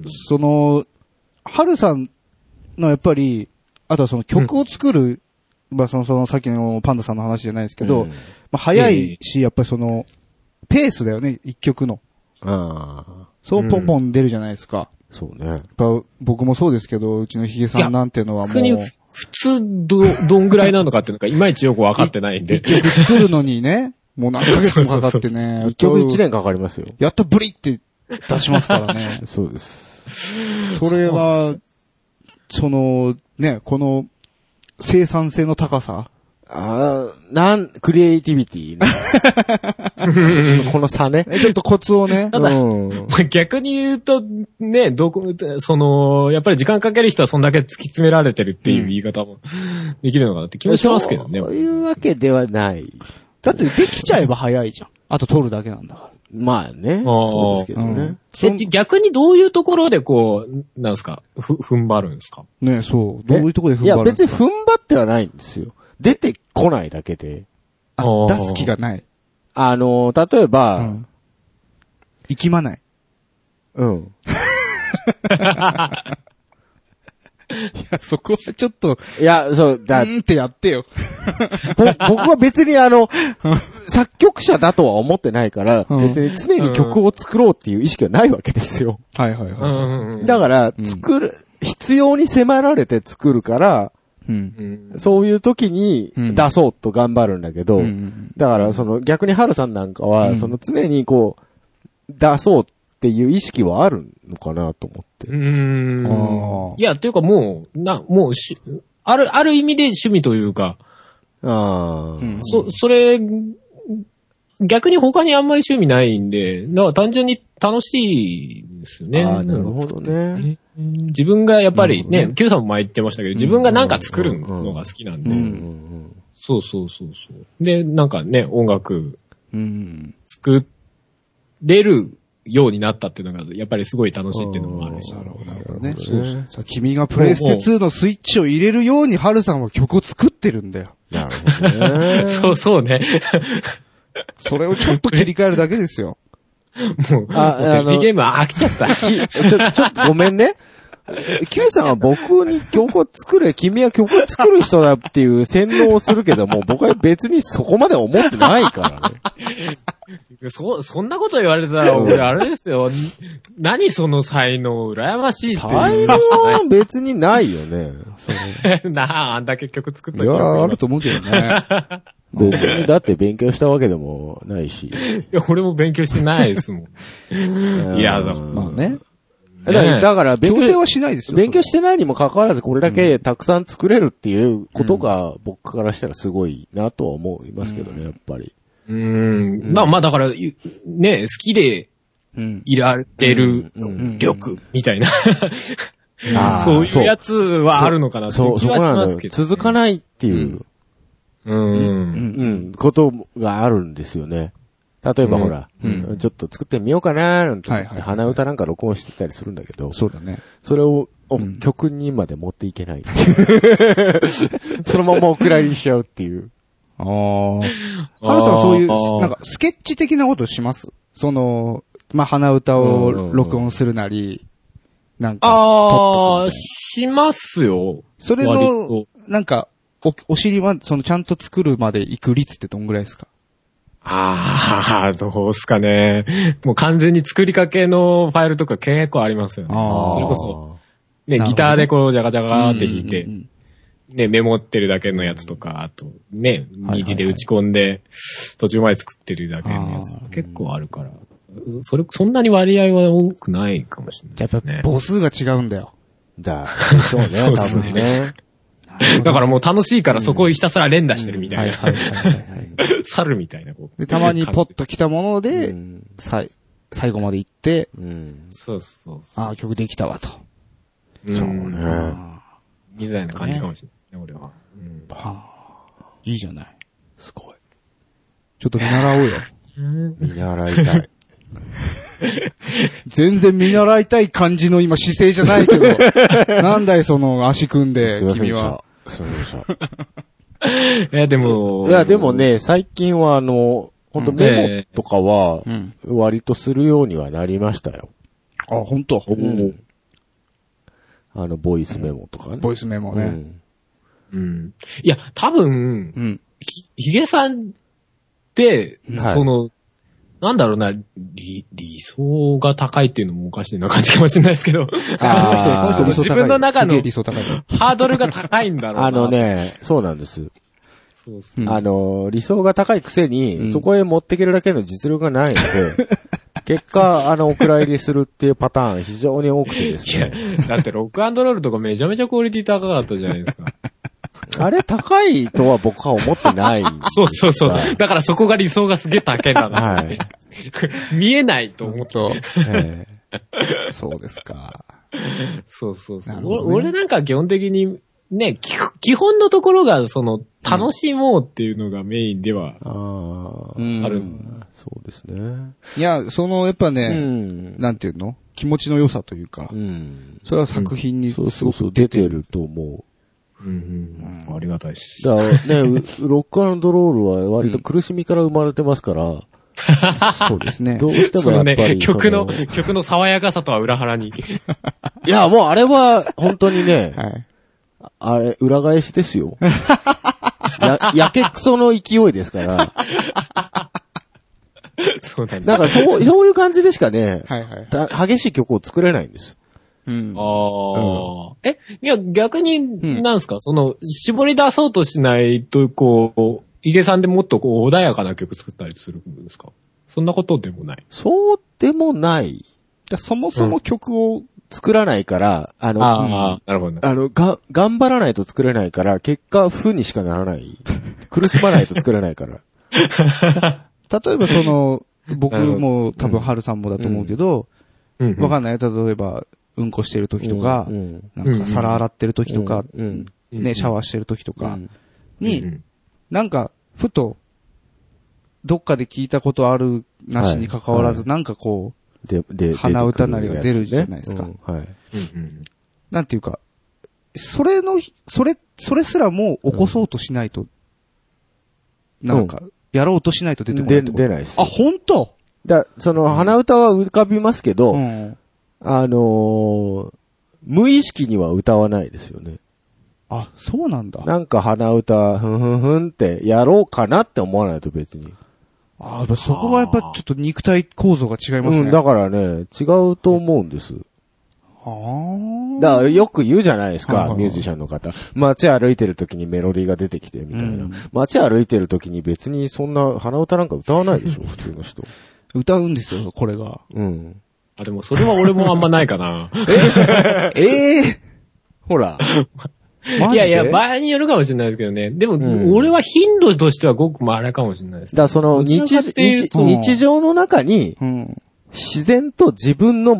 その、ハルさんのやっぱり、あとはその曲を作る、うん、まあその、そのさっきのパンダさんの話じゃないですけど、うん、まあ早いし、やっぱりその、ペースだよね、一曲の。 ああ。 そうポンポン出るじゃないですか。 うん、そうね。やっぱ僕もそうですけど、うちのヒゲさんなんていうのはもう。 普通ど、どんぐらいなのかっていうのか、いまいちよくわかってないんで。 一曲作るのにね、もう何ヶ月もかかってね。 一曲一年かかりますよ。 やっとブリって出しますからね。 そうです。 それは、その、ね、この生産性の高さ。 ああ、なん、クリエイティビティ、ね。この差ね。 ちょっとコツをね。 ただ、うん、逆に言うと、ね、どこ、その、やっぱり時間かける人はそんだけ突き詰められてるっていう言い方もできるのかなって気もしますけどね。 そういうわけではない。 だってできちゃえば早いじゃん。あと撮るだけなんだから。 まあね。そうですけどね。 うん、逆にどういうところでこう、なんですか、ふ、踏ん張るんですかね、そう。どういうところで踏ん張るんですか。 いや、別に踏ん張ってはないんですよ。出てこないだけで。 あ、出す気がない。 あの、例えば、うん、 息まない。 うん。 いや、そこはちょっと。 いや、そう、 だ。うんってやってよ。 僕は別にあの、作曲者だとは思ってないから、うん、別に常に曲を作ろうっていう意識はないわけですよ。 はいはいはい。だから、作る、うん、必要に迫られて作るから、うん、そういう時に出そうと頑張るんだけど、うん、だからその逆にハルさんなんかは、うん、その常にこう、出そうっていう意識はあるのかなと思って。 うーん。いや、というかもう、な、もうし、ある、ある意味で趣味というか、 ああ。そ、それ、逆に他にあんまり趣味ないんで、だから単純に楽しいですよね。 ああ、なるほどね。 自分がやっぱりね、Q、ね、さんも前言ってましたけど、自分がなんか作るのが好きなんで、そうそうそうそう。で、なんかね、音楽、作れるようになったっていうのが、やっぱりすごい楽しいっていうのもあるし。 なるほど、なるほどね。そうそう。君がプレイステツーのスイッチを入れるように、ハルさんは曲を作ってるんだよ。 なるほどね。 そうそうね。 それをちょっと切り替えるだけですよ。 もう、あ、あの、ゲーム飽きちゃった。 ちょ、ちょっとごめんね。Q さんは僕に曲を作れ、君は曲を作る人だっていう洗脳をするけども、僕は別にそこまで思ってないからね。 そ、そんなこと言われたら、俺あれですよ。何その才能、羨ましいっていう。 才能は別にないよね。 なあ、あんだけ曲作ったいや、あると思うけどね。 別に、だって勉強したわけでもないし。いや、俺も勉強してないですもん。いや、だまあね。 だだから勉強、 強制はしないですよ。 勉強してないにもかかわらずこれだけたくさん作れるっていうことが僕からしたらすごいなとは思いますけどね、やっぱり。 うーん。まあまあだから、ね、好きでいられる力みたいな。 そういうやつはあるのかなっていう気はしますけど、 ね。続かないっていう、うん、うん、うん、ことがあるんですよね。例えばほら、うん、ちょっと作ってみようかなーなんて、はいはいはい、鼻歌なんか録音してたりするんだけど、 そうだね。 それを、うん、曲にまで持っていけない。そのままお蔵入りしちゃうっていう。 ああ。はるさんそういう、なんかスケッチ的なことします？その、まあ、鼻歌を録音するなり、なんか、 ああ、しますよ。 それの、なんか、お、お尻は、そのちゃんと作るまで行く率ってどんぐらいですか？ ああ、どうすかね。もう完全に作りかけのファイルとか結構ありますよね。それこそ、ね、ギターでこう、ジャガジャガーって弾いて、ね、メモってるだけのやつとか、あと、ね、ミディで打ち込んで、途中まで作ってるだけのやつとか結構あるから、それ、そんなに割合は多くないかもしれないですね。 やっぱ母数が違うんだよ。 だ、そうね、多分ね。 だからもう楽しいからそこをひたすら連打してるみたいな。猿みたいな。 で、たまにポッと来たもので、うん、さ最後まで行って、 うん、そうそうそう。 ああ、曲できたわと。 うん、そうね。みたいな感じかもしれないね、俺は。うん、 はあ、いいじゃない。 すごい。 ちょっと見習おうよ。 見習いたい。 全然見習いたい感じの今姿勢じゃないけど。なんだいその足組んで、君は。 そうでしょ。 いやでも、 いやでもね、最近はあの、本当メモとかは、割とするようにはなりましたよ。 あ、本当。うん、 あの、ボイスメモとかね。 ボイスメモね。 うん。うん、いや、多分、うん、ひ、ひげさんって、はい、その、なんだろうな、理、理想が高いっていうのもおかしいな感じかもしれないですけど。ああ、自分の中のハードルが高いんだろうな。 あのね、そうなんです。そうそう、あの、理想が高いくせに、うん、そこへ持っていけるだけの実力がないので、結果、あの、お蔵入りするっていうパターン非常に多くてですね。 だってロックアンドロールとかめちゃめちゃクオリティ高かったじゃないですか。 あれ高いとは僕は思ってない。 そうそうそう。だからそこが理想がすげえ高いんだな。はい。見えないと思って。 えー、そうですか。 そうそうそう。ね、俺なんか基本的にね、基本のところがその楽しもうっていうのがメインではある、うん。 そうですね。 いや、そのやっぱね、うん、なんていうの気持ちの良さというか、うん、それは作品にすごく出てると思う。 うんうん、ありがたいです。 だからね、ロックアンドロールは割と苦しみから生まれてますから、うん、 そうですね。 どうしてもやっぱりそのね、 曲の、曲の爽やかさとは裏腹に。 いや、もうあれは本当にね、はい、あれ、裏返しですよ。や、やけくその勢いですから。 そうだね。 なんかそう、そういう感じでしかね、はいはい、激しい曲を作れないんです。 うん、ああ、うん。え、いや、逆に、なんすか、うん、その、絞り出そうとしないと、こう、イゲさんでもっとこう、穏やかな曲作ったりするんですか？そんなことでもない。 そうでもない。 そもそも曲を、 作らないから、あの、 ああ、なるほどね。 あの、が、頑張らないと作れないから、結果、負にしかならない。苦しまないと作れないから。 例えばその、僕も多分、ハルさんもだと思うけど、わ、うん、かんない。例えば、うんこしてる時とか、うん、なんか皿洗ってる時とか、うんうん、ね、シャワーしてる時とかに、うん、なんか、ふと、どっかで聞いたことあるなしに関わらず、はい、なんかこう、でで鼻歌なりが出るじゃないですか。ね、うん、はい。なんていうか、それの、それ、それすらも起こそうとしないと、うん、なんか、やろうとしないと出てこないってこと。 出ないです。 あ、本当？ だ、その、鼻歌は浮かびますけど、うんあのー、無意識には歌わないですよね。 あ、そうなんだ。 なんか鼻歌、ふんふんふんってやろうかなって思わないと別に。 ああ、そこがやっぱちょっと肉体構造が違いますね。 うん、だからね、違うと思うんです。はあ。だからよく言うじゃないですか、ミュージシャンの方。街歩いてる時にメロディーが出てきてみたいな。うん、街歩いてる時に別にそんな鼻歌なんか歌わないでしょ、普通の人。 歌うんですよ、これが。 うん。 あ、でもそれは俺もあんまないかな。 ええー、ほら。 いやいや、場合によるかもしれないですけどね。でも、うん、俺は頻度としてはごく稀かもしれないです、ね。 だからその日、日、日常の中に、自然と自分の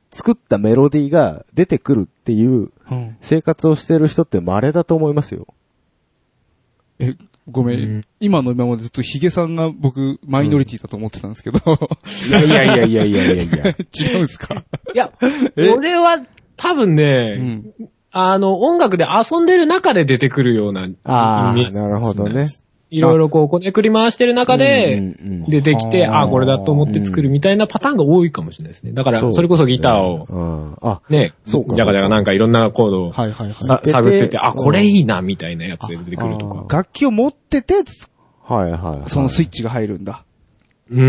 作ったメロディーが出てくるっていう生活をしてる人って稀だと思いますよ。 え、ごめん。うん、今の今までずっとヒゲさんが僕、マイノリティだと思ってたんですけど。 うん、いやいやいやいやいやいやいや。 違うんですか？ いや、俺は多分ね、うん、あの、音楽で遊んでる中で出てくるようなイメージ。ああ、なるほどね。 いろいろこう、こねくり回してる中で、出てきて、ああ、これだと思って作るみたいなパターンが多いかもしれないですね。だから、それこそギターを、ね、そうか。じゃがじゃがなんかいろんなコードを探ってて、あ、これいいな、みたいなやつで出てくるとか。 楽器を持ってて、 はいはい。 そのスイッチが入るんだ。 うん。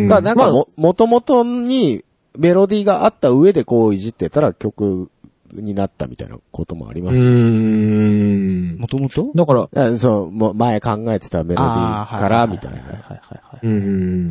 が、なんかも、もともとにメロディーがあった上でこういじってたら曲、になったみたいなこともあります。うーん。もともとだから、 そう、もう前考えてたメロディーから、みたいな。はいはいはいはい。うん。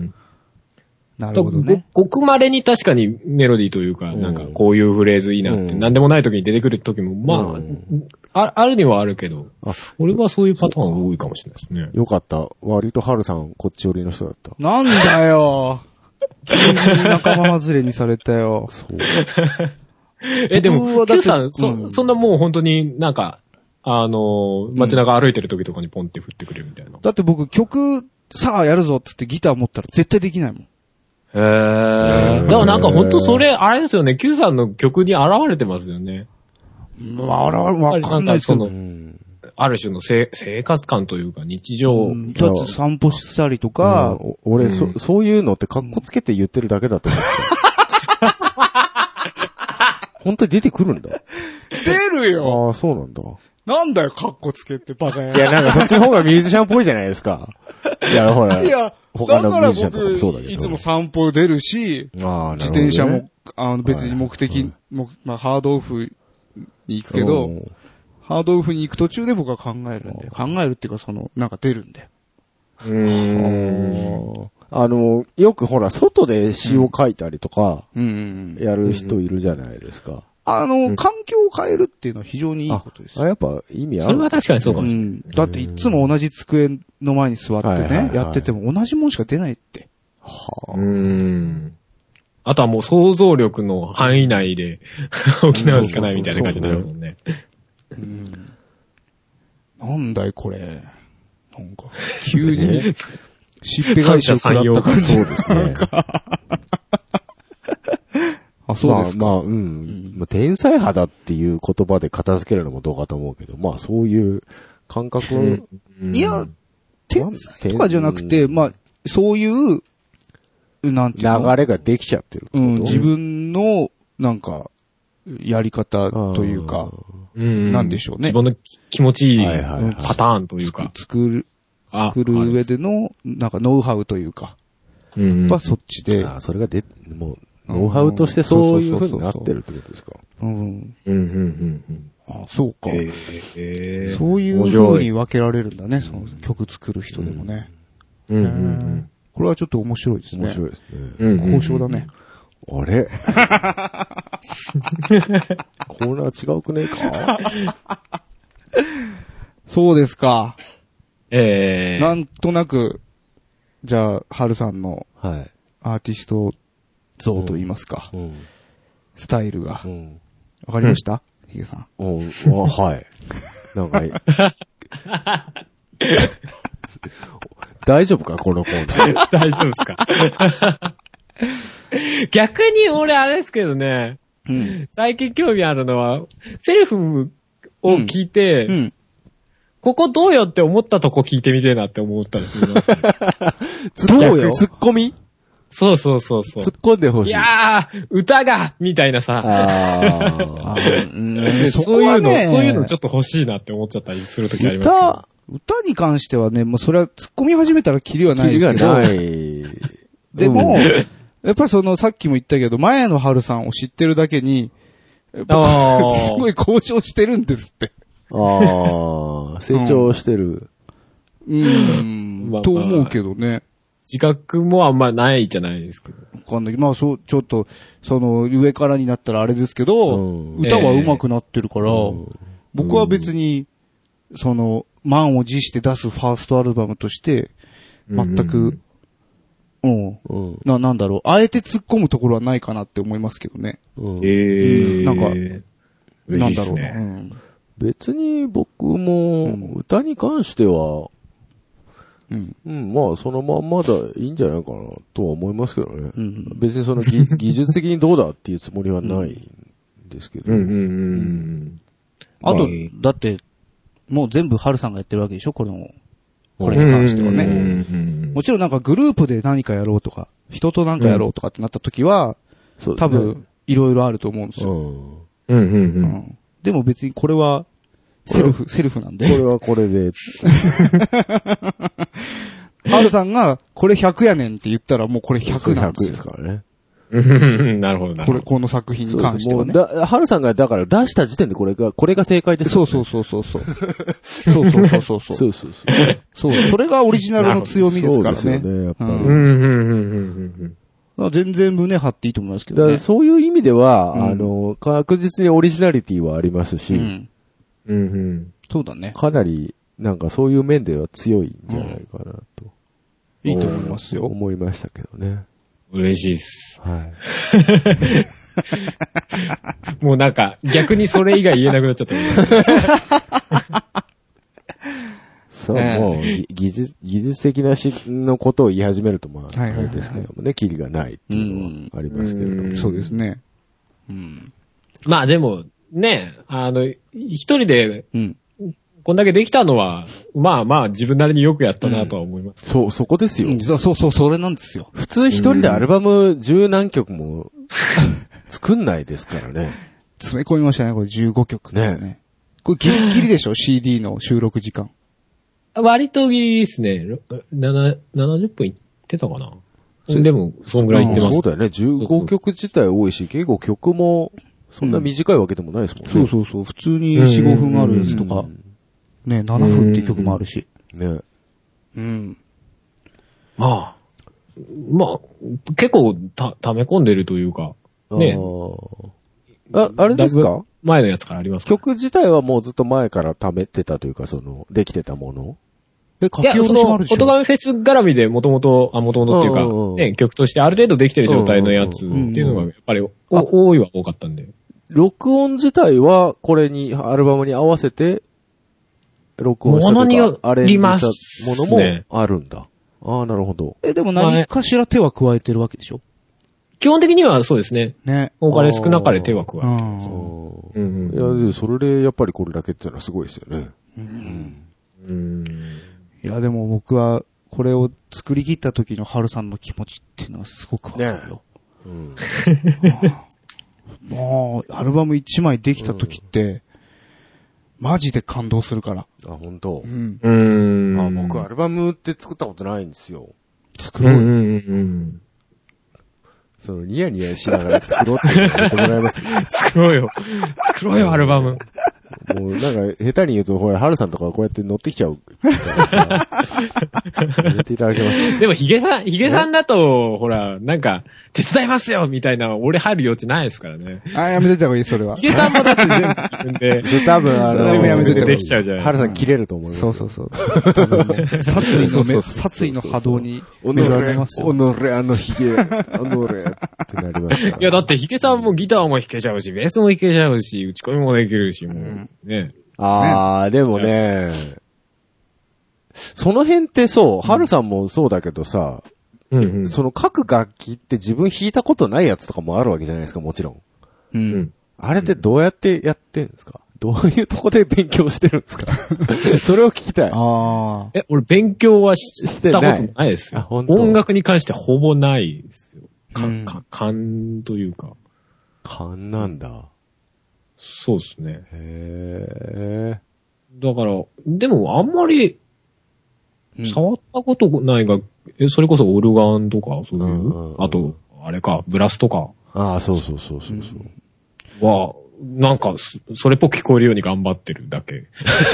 なるほどね。 ご、ごく稀に確かにメロディーというか、なんかこういうフレーズいいなって、なんでもない時に出てくる時も、まあ、あ、あるにはあるけど、俺はそういうパターン多いかもしれないですね。 よかった。割とハルさん、こっち寄りの人だった。 なんだよ。急に仲間外れにされたよ。そう。 え、でも、Q さん、そ、うん、そんなもう本当になんか、あの、街中歩いてる時とかにポンって振ってくれるみたいな。 だって僕曲、さあやるぞってってギター持ったら絶対できないもん。へー。だからなんか本当それ、あれですよね、Q さんの曲に現れてますよね。 まあ、わかんないですけど。 ある種の生活感というか日常。うん、 だって散歩したりとか、 うん、俺、うん、そ、そういうのって格好つけて言ってるだけだと思って。本当に出てくるんだ。 出るよ。 ああ、そうなんだ。 なんだよ、カッコつけってバカや。 いや、なんかそっちの方がミュージシャンっぽいじゃないですか。いや、ほら。 いや、他のミュージシャンとかもそうだけど。いつも散歩出るし、あ自転車も、あの別に目的、はい、もまあ、ハードオフに行くけど、ハードオフに行く途中で僕は考えるんで、考えるっていうかその、なんか出るんで。 うーん。あの、よくほら、外で詩を書いたりとか、やる人いるじゃないですか。 あの、環境を変えるっていうのは非常にいいことです。 あ、やっぱ意味ある。 それは確かにそうかもしれない。うん、 だっていつも同じ机の前に座ってね、やってても同じもんしか出ないって。 はあ。うん。あとはもう想像力の範囲内で起き直るしかないみたいな感じになるもんね。うん。 なんだいこれ。なんか、急に、しっぺ返しを食らった感じ。 そうですね。 あ、そうですか。 まあ、まあ、うん。まあ、天才肌っていう言葉で片付けるのもどうかと思うけど、まあ、そういう感覚を、 うん、いや、天才とかじゃなくて、まあ、そういう、なんていうの流れができちゃってるってこと、 うん、自分の、なんか、やり方というか、うん、なんでしょうね。 自分の気持ちいいパターンというか。 作る、作る上での、なんかノウハウというか、うん、はそっちで。 あ、それがで、もう、ノウハウとしてそういう風になってるってことですか。うん。うん、うん、うん。 あ、そうか。えー、そういう風に分けられるんだね、その曲作る人でもね。うん、うん、うん。これはちょっと面白いですね。 面白いですね。 うん。交渉だね。 あれコーナー違うくねえかそうですか。 ええー。 なんとなく、じゃあ、はるさんの、はい。アーティスト像と言いますか。うん。スタイルが。うん。わかりました、うん、ヒゲさん。 おはい。なんか、大丈夫かこのコーナー。 大丈夫ですか逆に俺あれですけどね、うん、最近興味あるのは、セルフを聞いて、うんうん、ここどうよって思ったとこ聞いてみてえなって思ったりする。 どうよツッコミそうそうそうそう。 突っ込んでほしい。 いやー、歌がみたいなさ。あうん、そういうの、そういうのちょっと欲しいなって思っちゃったりするときありますけど。 歌、歌に関してはね、もうそれは突っ込み始めたらキリはないですけど。キリがない。でも、うん、やっぱりその、さっきも言ったけど、前の春さんを知ってるだけに、すごい向上してるんですって。 ああ、成長してる。 うん、うんまあ、と思うけどね。 自覚もあんまないじゃないですか。 わかんない。まあそう、ちょっと、その、上からになったらあれですけど、うん、歌は上手くなってるから、えー、僕は別に、その、満を持して出すファーストアルバムとして、全く、 うん。うん。な、なんだろう。あえて突っ込むところはないかなって思いますけどね。 うん。 えー。 なんか、なんだろうな。うん、 別に僕も、歌に関しては、うん。うん、まあ、そのまんまだいいんじゃないかな、とは思いますけどね。うん、別にその技技術的にどうだっていうつもりはないんですけど。うんうんうんうん。あと、だって、もう全部ハルさんがやってるわけでしょこれの、これに関してはね。うんうんうん、もちろんなんかグループで何かやろうとか、人と何かやろうとかってなった時は、うん、多分、いろいろあると思うんですよ。うんうんうんうん、でも別にこれは、セルフ、セルフなんで。 これはこれで。 ハルさんが、これひゃくやねんって言ったらもうこれひゃくなんですよ。 ひゃくですからね。 なるほどなるほど。 これ、この作品に関してはね。 ハルさんがだから出した時点でこれが、これが正解です、 ね。そうそうそうそうそう。そうそうそうそう。そうそうそう。そう、それがオリジナルの強みですからね。そうですよね、やっぱり。うんうんうんうん。全然胸張っていいと思いますけどね。 そういう意味では、うん、あの、確実にオリジナリティはありますし、うんうんうん。そうだね。 かなり、なんかそういう面では強いんじゃないかなと。 うん、いいと思いますよ。 思いましたけどね。 嬉しいっす。はい。もうなんか、逆にそれ以外言えなくなっちゃった。 そう、もう、技術、技術的なし、のことを言い始めると、まあ、あれですけどもね、キリがないっていうのはありますけれども。 そうですね。うん。 まあでも、ね、あの、一人で、うん、こんだけできたのは、まあまあ自分なりによくやったなとは思います、 うん。そう、そこですよ、 うん。そうそう、それなんですよ。 普通一人でアルバム十何曲も作んないですからね。 詰め込みましたね、これじゅうごきょくね。ねこれギリギリでしょシーディー の収録時間。 割とギリですね。ななじゅっぷんいってたかな。でも、そんぐらいいってます。 そうだよね。じゅうごきょく自体多いし、結構曲も、そんな短いわけでもないですもんね。 そうそうそう。普通によん、ごふんあるやつとか、ね、ななふんっていう曲もあるし。 ね。 うん。 まあ、まあ、結構た、溜め込んでるというか、ね。 あ、あれですか？ 前のやつからありますか？ 曲自体はもうずっと前から溜めてたというか、その、できてたもの？ え、書き下ろしもあるでしょ？ 音亀フェス絡みでもともと、あ、もともとっていうか、ね、曲としてある程度できてる状態のやつっていうのが、やっぱり、多いは多かったんで。 録音自体は、これに、アルバムに合わせて、録音したとか、アレンジしたものもあるんだ。ああ、なるほど。 え、でも何かしら手は加えてるわけでしょ？ 基本的にはそうですね。 ね。 多かれ少なかれ手は加えてます。 うん。いや、それでやっぱりこれだけっていうのはすごいですよね。うん。 うん。いや、でも僕は、これを作り切った時のハルさんの気持ちっていうのはすごくわかるよ。ね、うん。もう、アルバムいちまいできた時って、うん、マジで感動するから。 あ、本当。 うん。うーん。 あ、僕アルバムって作ったことないんですよ。 作ろう。うんうんうん。 その、ニヤニヤしながら作ろうって言ってもらえます作ろうよ。作ろうよ、アルバム。 もうなんか、下手に言うと、ほら、ハルさんとかこうやって乗ってきちゃう。入れていただけます。 でも、ヒゲさん、ヒゲさんだと、ほら、なんか、手伝いますよみたいな、俺入る余地ないですからね。 あ、やめてた方がいい、それは。 ヒゲさんもだって全部自分で。 多分、あの、 やめてた方がいい。 できちゃうじゃないですか。 ハルさん切れると思います。 そうそうそう。多分ね、殺意の目、殺意の波動に目指せますよ。 おのれ、あのヒゲ、あのれ、ってなりますから。 いや、だってヒゲさんもギターも弾けちゃうし、ベースも弾けちゃうし、打ち込みもできるし、もう、ね。 あー、でもね、その辺ってそう、ハルさんもそうだけどさ、うんうん、その各楽器って自分弾いたことないやつとかもあるわけじゃないですか、もちろん。 うん。 あれってどうやってやってんですか？どういうとこで勉強してるんですか？それを聞きたい。 ああ。え、俺勉強はしたことないですよ。音楽に関してほぼないですよ。か、うん、か、勘というか。 勘なんだ。 そうですね。 へー。だから、でもあんまり、触ったことないが、え、それこそオルガンとか、そういう、うんうん、あと、あれか、ブラスとか。 ああ、そうそうそうそうそう。 うん、は、なんか、それっぽく聞こえるように頑張ってるだけ。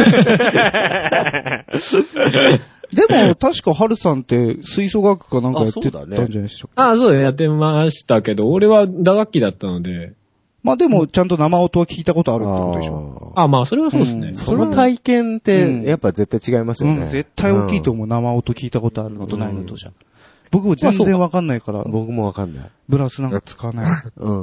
でも、確か、ハルさんって、吹奏楽かなんかやってたんじゃないでしょうか。 ああ、そう、やってましたけど、俺は打楽器だったので、 まあでも、ちゃんと生音は聞いたことあるってことでしょ。 ああ、まあ、それはそうですね。 うん、その体験って、やっぱ絶対違いますよね。 うん、絶対大きいと思う。生音聞いたことあるのとないのとじゃ。うん、僕も全然わかんないから。 僕もわかんない。 ブラスなんか使わない。 うん。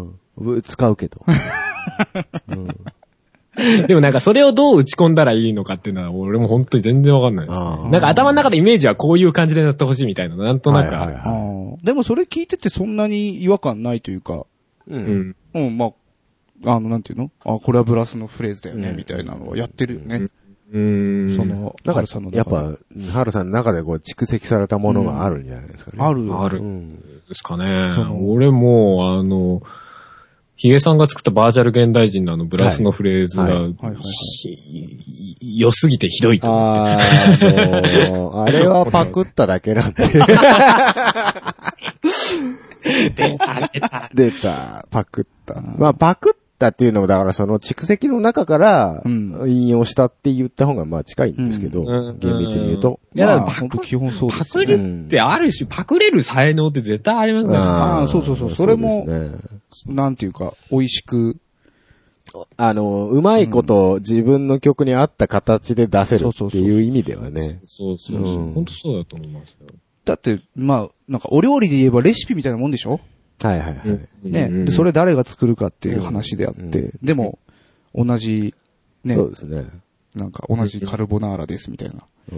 使うけど。 うん、でもなんかそれをどう打ち込んだらいいのかっていうのは俺も本当に全然わかんないですね。なんか頭の中でイメージはこういう感じでなってほしいみたいな、なんとなくある。はいはいはい、でもそれ聞いててそんなに違和感ないというか、うん。うん、まあ、あの、なんていうのあ、これはブラスのフレーズだよね、うん、みたいなのはやってるよね。 うん。 その、 だから、やっぱ、ハルさんの中でこう蓄積されたものがあるんじゃないですかね。 うん、ある。 ある。ですかね。俺も、あの、ヒゲさんが作ったバーチャル現代人のあのブラスのフレーズが、はいはいはいはい、良すぎてひどいと思って。 あ, あ, のー、あれはパクっただけなんで。 出た、出た。 出た、パクった。まあ、パクったっていうのも、だからその蓄積の中から引用したって言った方がまあ近いんですけど、うん、厳密に言うと。 いや、まあ、本当基本そうですね。パクるってある種、パクれる才能って絶対ありますよね。 ああ、そうそうそう。それも、ね、なんていうか、美味しく、 あの、うまいこと自分の曲に合った形で出せるっていう意味ではね。 そうそうそう。本当そうだと思いますよ。 だって、まあ、なんかお料理で言えばレシピみたいなもんでしょ？ はいはいはい。 ね、で、それ誰が作るかっていう話であって、でも、同じ、ね。 そうですね。 なんか同じカルボナーラですみたいな。うん、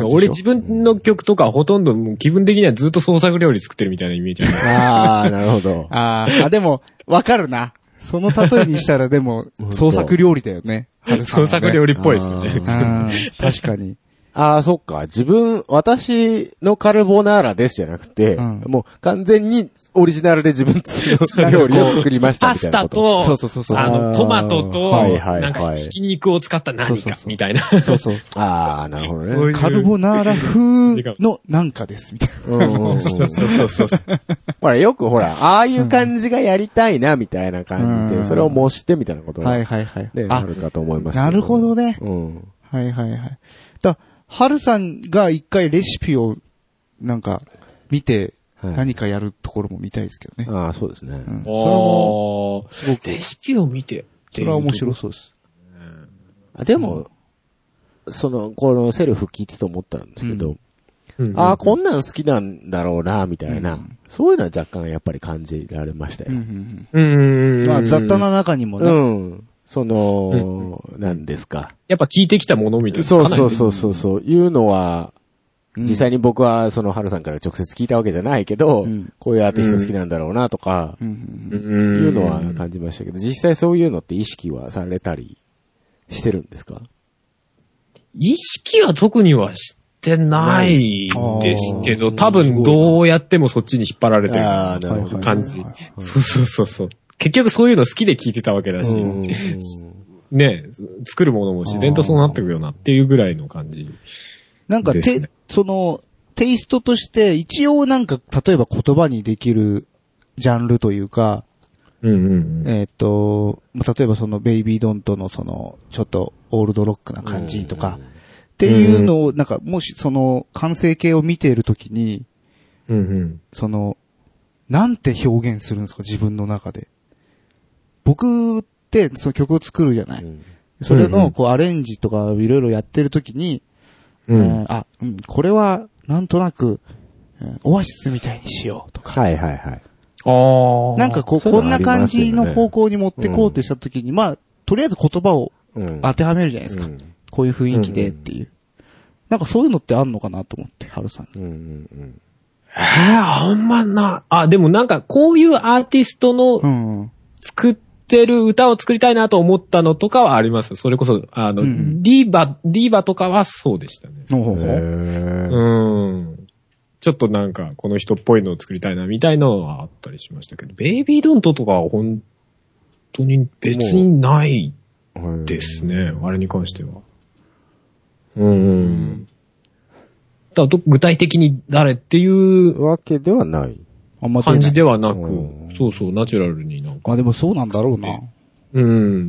俺自分の曲とかほとんどもう気分的にはずっと創作料理作ってるみたいなイメージある。 ああ、なるほど。 ああ、でも、わかるな。その例えにしたらでも、創作料理だよね。 ね創作料理っぽいですね。 確かに。 ああ、そっか。自分、私のカルボナーラですじゃなくて、うん、もう完全にオリジナルで自分の料理を作りましたみたいなこと。 パスタと、そうそうそうあの、トマトと、はいはいはい、なんか、ひき肉を使った何かそうそうそうみたいな。 そうそう。 ああ、なるほどね。 カルボナーラ風のなんかです、みたいな。 そうそうそうそう。 ほら、よくほら、ああいう感じがやりたいな、みたいな感じで、うん、それを模してみたいなことが、 はいはいはい。 ね、あるかと思いますけど。 なるほどね。 うん。 はいはいはい。だハルさんが一回レシピをなんか見て何かやるところも見たいですけどね。 はい、ああ、そうですね。うん、 それもすごくレシピを見てそれは面白そうです。 あでも、うん、そのこのセルフ聞いてて思ったんですけど、うん、ああこんなん好きなんだろうなみたいな、うん、そういうのは若干やっぱり感じられましたよ。 うんうんうん、まあ雑多な中にもね。 うんその、うん、なんですか。 やっぱ聞いてきたものみたいな。 そうそうそうそうそう。いうのは、うん、実際に僕はそのハルさんから直接聞いたわけじゃないけど、うん、こういうアーティスト好きなんだろうなとか、うん、いうのは感じましたけど、実際そういうのって意識はされたりしてるんですか？ 意識は特にはしてないですけど、多分どうやってもそっちに引っ張られてる感じ。そうそうそうそう。結局そういうの好きで聞いてたわけだし、ね、作るものも自然とそうなってくるよなっていうぐらいの感じ、ね。 なんかて、その、テイストとして一応なんか例えば言葉にできるジャンルというか、 うんうんうん、 えっ、ー、と、例えばそのベイビードントのその、ちょっとオールドロックな感じとか、っていうのを、なんかもしその完成形を見ているときに、 うんうん、 その、なんて表現するんですか自分の中で。僕ってその曲を作るじゃない。うん、それのこうアレンジとかいろいろやってるときに、うんえー、あ、うん、これはなんとなく、えー、オアシスみたいにしようとか。 はいはいはい。 あなんかこう、こんな感じの方向に持ってこうとしたときに、うん、まあ、とりあえず言葉を当てはめるじゃないですか。うん、こういう雰囲気でっていう、うんうん。なんかそういうのってあんのかなと思って、ハルさんに。 うんうんうんえー、あんまな、あ、でもなんかこういうアーティストの作ってる歌を作りたいなと思ったのとかはあります。それこそ、あの、うん、ディーバ、ディーバとかはそうでしたね。 ほうほうほう。 うん。ちょっとなんかこの人っぽいのを作りたいなみたいのはあったりしましたけど、ベイビードントとかは本当に別にないですね。あれに関しては。うん。うんだ具体的に誰っていうわけではない感じではなく、そうそう、ナチュラルになんか。 あ、でもそうなんだろうな。 うん、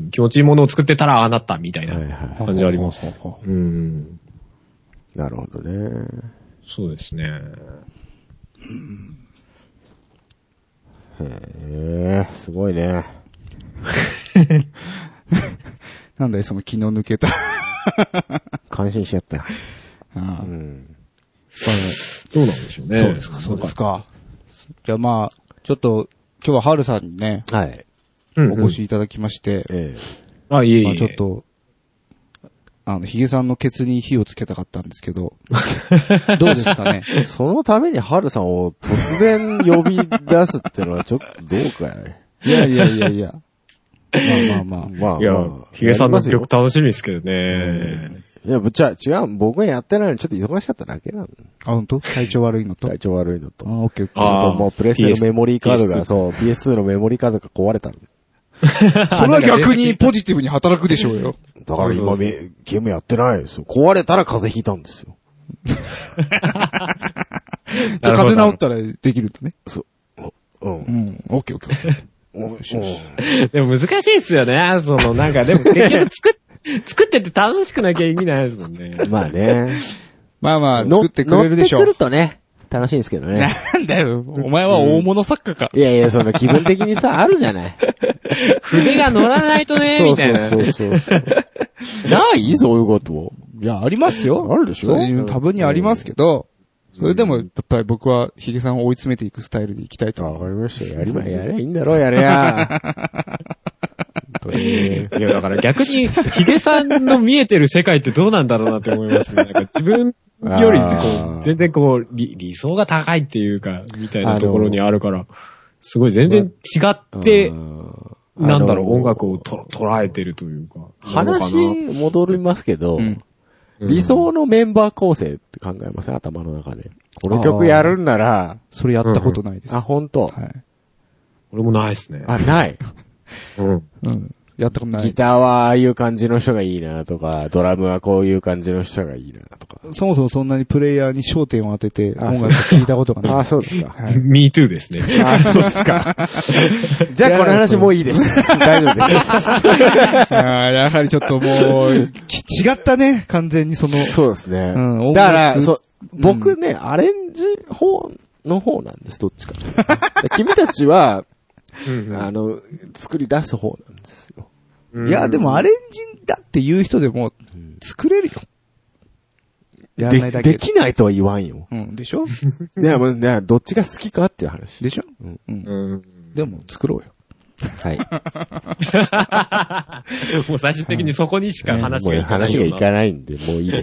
気持ちいいものを作ってたらああなったみたいな感じあります。うん。 なるほどね。 そうですね。 へえ、すごいね。 なんだい、その気の抜けた。 感心しちゃった。ああ、うん。どうなんでしょうね。 そうですか、そうですか。じゃあまあ、ちょっと、今日はハルさんにね、はい。お越しいただきまして、うんうん、ええ。 あ、いえいえ。まあちょっと、あの、ヒゲさんのケツに火をつけたかったんですけど、どうですかね。 そのためにハルさんを突然呼び出すってのはちょっとどうかい。 いやいやいやいや。まあまあまあ。 まあ、いや、ヒゲさんの曲楽しみですけどね。 いや、ぶっちゃ、違う、僕がやってないのにちょっと忙しかっただけなの。 あ、本当？体調悪いのと体調悪いのと。 あ、オッケーオッケー。あともうプレステのメモリーカードが、そう、ピーエスツー のメモリーカードが壊れたの。 それは逆にポジティブに働くでしょうよ。 だから今ゲームやってないですよ。壊れたら風邪ひいたんですよ。 じゃあ風邪治ったらできるとね。 そう。うん。うん。オッケーオッケー。 でも難しいっすよね。そのなんかでも結局作っ、作ってて楽しくなきゃ意味ないですもんね。 まあね。 まあまあ、作ってくれるでしょ。 乗ってくるとね。楽しいんですけどね。 なんだよ。お前は大物作家か。 いやいや、その気分的にさ、あるじゃない。 筆が乗らないとね、みたいな。そうそうそう。 ないそういうこと。 いや、ありますよ。 あるでしょ。 そういう多分にありますけど、それでも、やっぱり僕はヒゲさんを追い詰めていくスタイルでいきたいと。 わかりました。やりま、やりゃいいんだろう、やれや。 いや、だから逆に、ヒゲさんの見えてる世界ってどうなんだろうなって思いますね。なんか自分、よりこう、全然こう理、理想が高いっていうか、みたいなところにあるから、すごい全然違って、なんだろう、音楽をと捉えてるというか。 話戻りますけど、うん、理想のメンバー構成って考えますね、頭の中で。この曲やるんなら、 それやったことないです。 うん、あ、本当。はい。 俺もないですね。 あ、ない。 うん。うん。やったことない。 ギターはああいう感じの人がいいなとか、ドラムはこういう感じの人がいいなとか。 そもそもそんなにプレイヤーに焦点を当てて音楽聴いたことがない。 あ、そうですか。 はい、Me too ですね。 あ、そうですか。じゃあこの話もういいです。大丈夫です。 あやはりちょっともう、違ったね、完全にその。 そうですね。うん、だから、そ僕ね、うん、アレンジ方の方なんです、どっちか。君たちは、うんうん、あの、作り出す方なんですよ。 いや、でもアレンジだっていう人でも、作れるよ。 やらないだけで。できないとは言わんよ。 うん、でしょいや、もうね、どっちが好きかっていう話。 でしょうん。うん。でも、作ろうよ。 はい。 もう最終的にそこにしか話がいかない。 話がいかないんで、もういいです。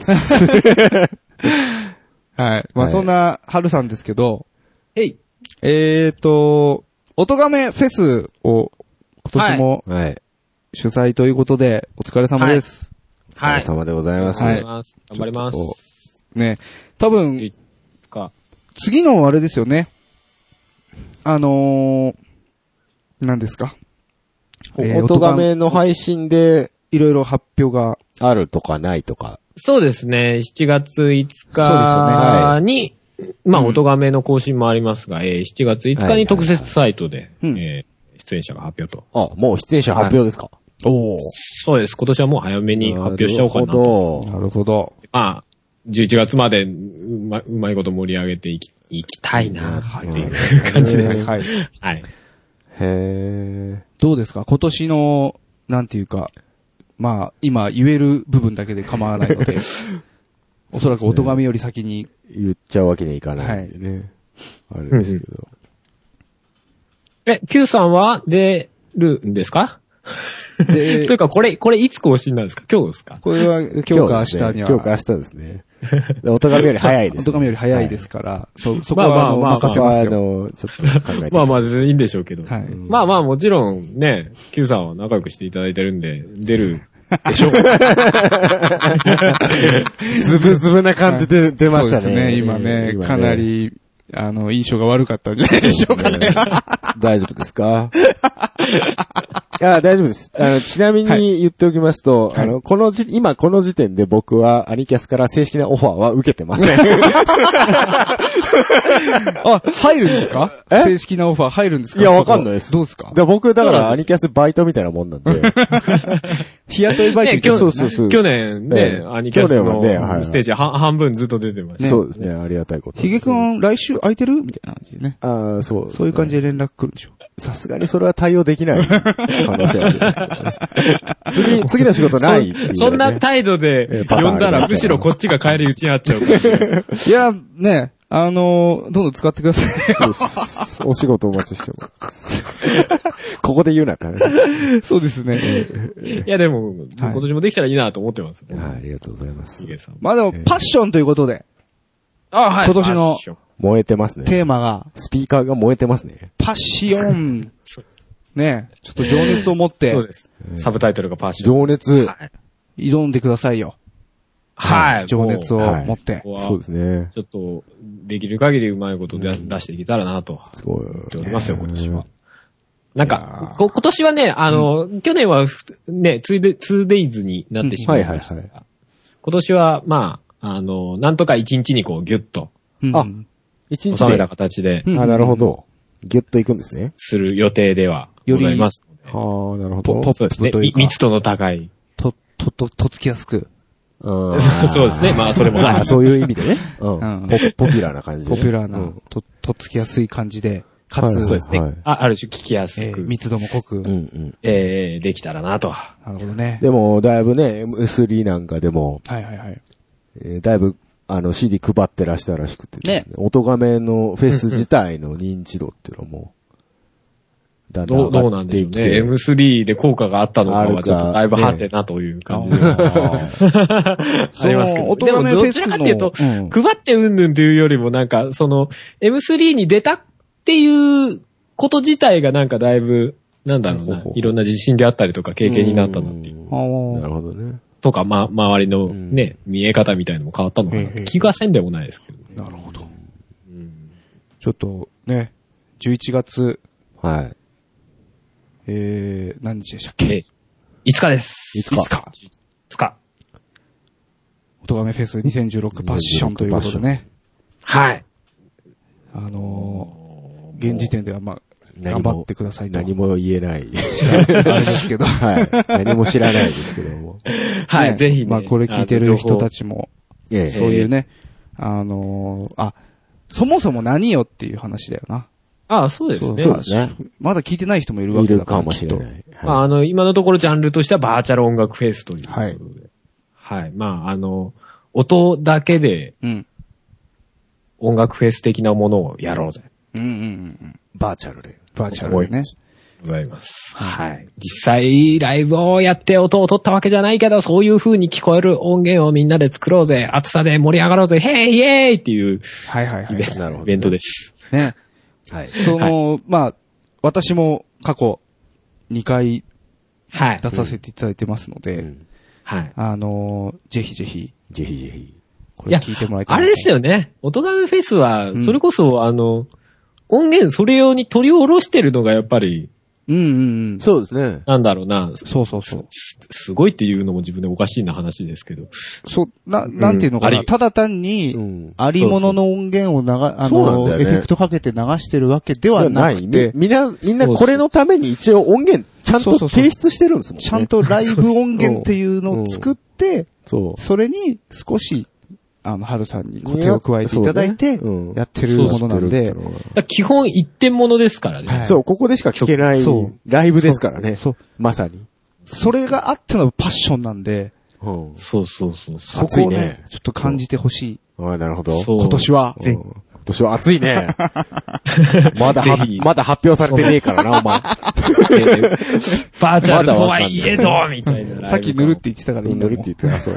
はい。まあ、そんな、春さんですけど、 えい。 えーと、音亀フェスを今年も、はい。主催ということで、お疲れ様です。 はい。お疲れ様でございます。 はい。頑張ります。 ね。多分、次のあれですよね。あのー、何ですか。 音亀の配信で、 いろいろ発表があるとかないとか。 そうですね。しちがついつかに、そうですよね。はい、まあ、音亀の更新もありますが、えー、しちがついつかに特設サイトで、えー、出演者が発表と。 あ、もう出演者発表ですか。 おお。 そうです。今年はもう早めに発表しちゃおうかなと。 なるほど。 まあ、じゅういちがつまでうま、うまいこと盛り上げていき、いきたいな、っていう感じです。はい。はい。 へー。 どうですか今年の、なんていうか、まあ、今言える部分だけで構わないので、おそらく音亀より先に言っちゃうわけにはいかないんでね。はい、あれですけど。 うん、え、Q さんは出るんですかで、というか、これ、これいつ更新なんですか今日ですかこれは今日か明日には。 今日か明日ですね。音亀より早いです、 ね。音亀より早いですから、はい、そ、そこはあの、まあまあまあ、任せますよ。あの、 ちょっと考えて。 まあまあ、全然いいんでしょうけど。はい。まあまあ、もちろんね、Q さんは仲良くしていただいてるんで、出るでしょう。 ズブズブな感じで出ましたね。そうですね、 今ね、今ねかなり、あの、印象が悪かったんじゃないでしょうかね。 大丈夫ですかいや、大丈夫です。あの、ちなみに言っておきますと、はい、あの、このじ、今この時点で僕はアニキャスから正式なオファーは受けてません。 あ、入るんですか正式なオファー入るんですかいや、わかんないです。 どうですかで僕、だからアニキャスバイトみたいなもんなんで。 日雇いバイト、 ね、そうそうそう。去年ね、アニキャスのステージ半分ずっと出てました。 ね、そうですね、ありがたいこと。 ヒゲくん来週空いてるみたいな感じでね。 ああ、そう、ね。 そういう感じで連絡来るでしょ。 さすがにそれは対応できない可能性ありますけどね。次、次の仕事ないっていう、ねそ。そんな態度で呼んだら、むしろこっちが帰り討ちになっちゃう。 いや、ね、あのー、どんどん使ってください。 お仕事お待ちしてます。ここで言うなってね。 そうですね。 いや、でも、今年もできたらいいなと思ってます。 はい、ありがとうございます。 まあでも、パッションということで。 あ、はい。 今年の、 燃えてますね。 テーマが、 スピーカーが燃えてますね。 パッション。ね、ちょっと情熱を持って。 そうです。サブタイトルがパッション。 情熱。 はい、挑んでくださいよ。 はい。 情熱を持って。 そうですね。 ちょっと、できる限りうまいことで出していけたらなと。思っておりますよ、今年は。なんか、今年はね、あの、去年はね、ツーデイズになってしまいましたが。今年は、まあ、あの、なんとか一日にこうギュッと。 あ、一日収めた形で。 あ、なるほど。ギュッといくんですね。 する予定ではございます。 ああ、なるほど。 ポップというか。 密度の高い。 と、と、と、とつきやすく。 そうですね。まあ、それもあそういう意味でね。うん。ポピュラーな感じ。 ポピュラーな、と、とっつきやすい感じで、かつ、 そうですね。あ、ある種聞きやすく。 密度も濃く。うんうん。えー、できたらなと。 なるほどね。 でも、だいぶね、エムスリー なんかでも、 はいはいはい。 えだいぶ、あの、シーディー 配ってらしたらしくてね。音亀のフェス自体の認知度っていうのはもう、 だんだん上がっていきて。どうなんでしょうね。エムスリー で効果があったのかはちょっとだいぶはてなという感じで。ありますけど。でもどちらかっていうと、配ってうんぬんというよりもなんか、その、エムスリー に出たっていうこと自体がなんかだいぶ、なんだろうな、いろんな自信であったりとか経験になったなっていう。 なるほどね。 とか、ま、周りのね、見え方みたいなのも変わったのかな。気がせんでもないですけど、ね。 なるほど。うん、ちょっとね、じゅういちがつ。 はい。 えー、何日でしたっけ？ いつかです。 いつか。 いつか。いつか。 音亀フェスにせんじゅうろくパッションということでね。 はい。 あのー、現時点ではまあ、頑張ってくださいと。 何も言えない。 あれですけど。 はい。何も知らないですけども。 はい、ぜひね。 まあこれ聞いてる人たちも、そういうね、あのー、あ、そもそも何よっていう話だよな。 ああ、そうですね。 そうですね。 まだ聞いてない人もいるわけだから。 いるかもしれない。 まあ、あの、今のところジャンルとしてはバーチャル音楽フェスという。 はい。 はい。まあ、あの、音だけで、音楽フェス的なものをやろうぜ。 うんうんうん。 バーチャルで。 バーチャルでね。 ございます。はい。実際、ライブをやって音を取ったわけじゃないけど、そういう風に聞こえる音源をみんなで作ろうぜ。暑さで盛り上がろうぜ。ヘイイェーイっていう、 はいはいはい。 イベントです。 ね。はい。その、はい、まあ、私も過去にかい出させていただいてますので、 はい。 あの、ぜひぜひ。 ぜひぜひ。 これ聞いてもらいたい。 あれですよね。音亀フェスは、それこそ、うん、あの、音源それ用に取り下ろしてるのがやっぱり、 うんうんうん。 そうですね。 なんだろうな。 そうそうそう。 す、すごいっていうのも自分でおかしいな話ですけど。 そう、な、なんていうのかな。うん、ただ単に、ありものの音源を流、あの、ね、エフェクトかけて流してるわけではなくて。 みんな、みんなこれのために一応音源ちゃんと提出してるんですもんね。 ちゃんとライブ音源っていうのを作って、そう。それに少し、あの、春さんに手を加えていただいて、やってるものなんで。 基本一点物ですからね。 そう、ここでしか聞けないライブですからね。そう。まさに。 それがあってのパッションなんで、 そうそうそう。 熱いね。ちょっと感じてほしい。 ああ、なるほど。 今年は。 今年は暑いね。まだ、まだ発表されてねえからな、お前。 バーチャルとはいえど、みたいな。 さっき塗るって言ってたから、 塗るって言ってた、そう。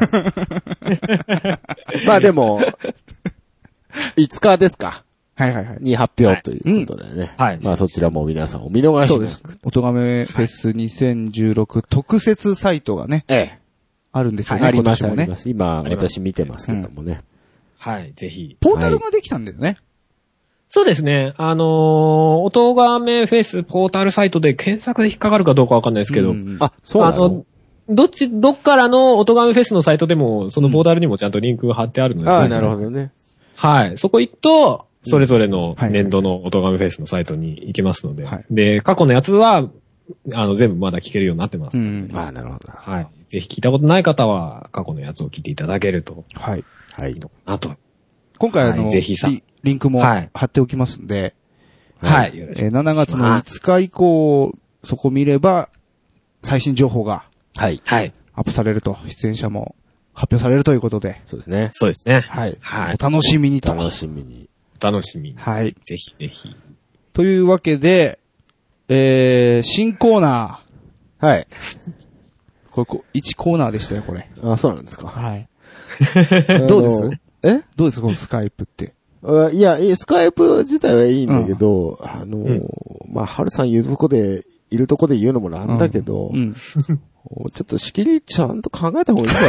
まあでも、いつかですか。 はいはいはい。 に発表ということでね。 はい。 まあそちらも皆さんお見逃しなく。そうです。 音亀フェスにせんじゅうろく特設サイトがね。 ええ。 あるんですよね。 ありますね。今、私見てますけどもね。 はい、ぜひ。 ポータルができたんだよね。 そうですね。あのー、音亀フェスポータルサイトで検索で引っかかるかどうかわかんないですけど。 あ、そうなの？あの、 どっち、どっからの音亀フェスのサイトでも、そのポータルにもちゃんとリンクが貼ってあるので、 うん、ああ、なるほどね。 はい。そこ行くと、それぞれの年度の音亀フェスのサイトに行けますので。はい、で、過去のやつは、あの、全部まだ聞けるようになってます。うん。 ああ、なるほど。 はい。ぜひ聞いたことない方は、過去のやつを聞いていただけると。 はい。 はい。 いいのかなと。 今回あの、はい、ぜひさリンクも貼っておきますんで、 はい。 えー、しちがつのいつか以降、そこ見れば、最新情報が、 はい。はい。 アップされると、出演者も発表されるということで。 そうですね。 そうですね。 はい。 はい。 お楽しみにと。 楽しみに。 楽しみに。 はい。 ぜひぜひ。 というわけで、えー、新コーナー。はい。 これ、いちコーナーでしたよ、これ。 あ、そうなんですか。 はい。どうですえどうですこのスカイプって。 いや、スカイプ自体はいいんだけど、うん、あの、うん、まあ、ハルさん言うとこで、いるとこで言うのもなんだけど、うんうん、ちょっと仕切りちゃんと考えた方がいいんじゃ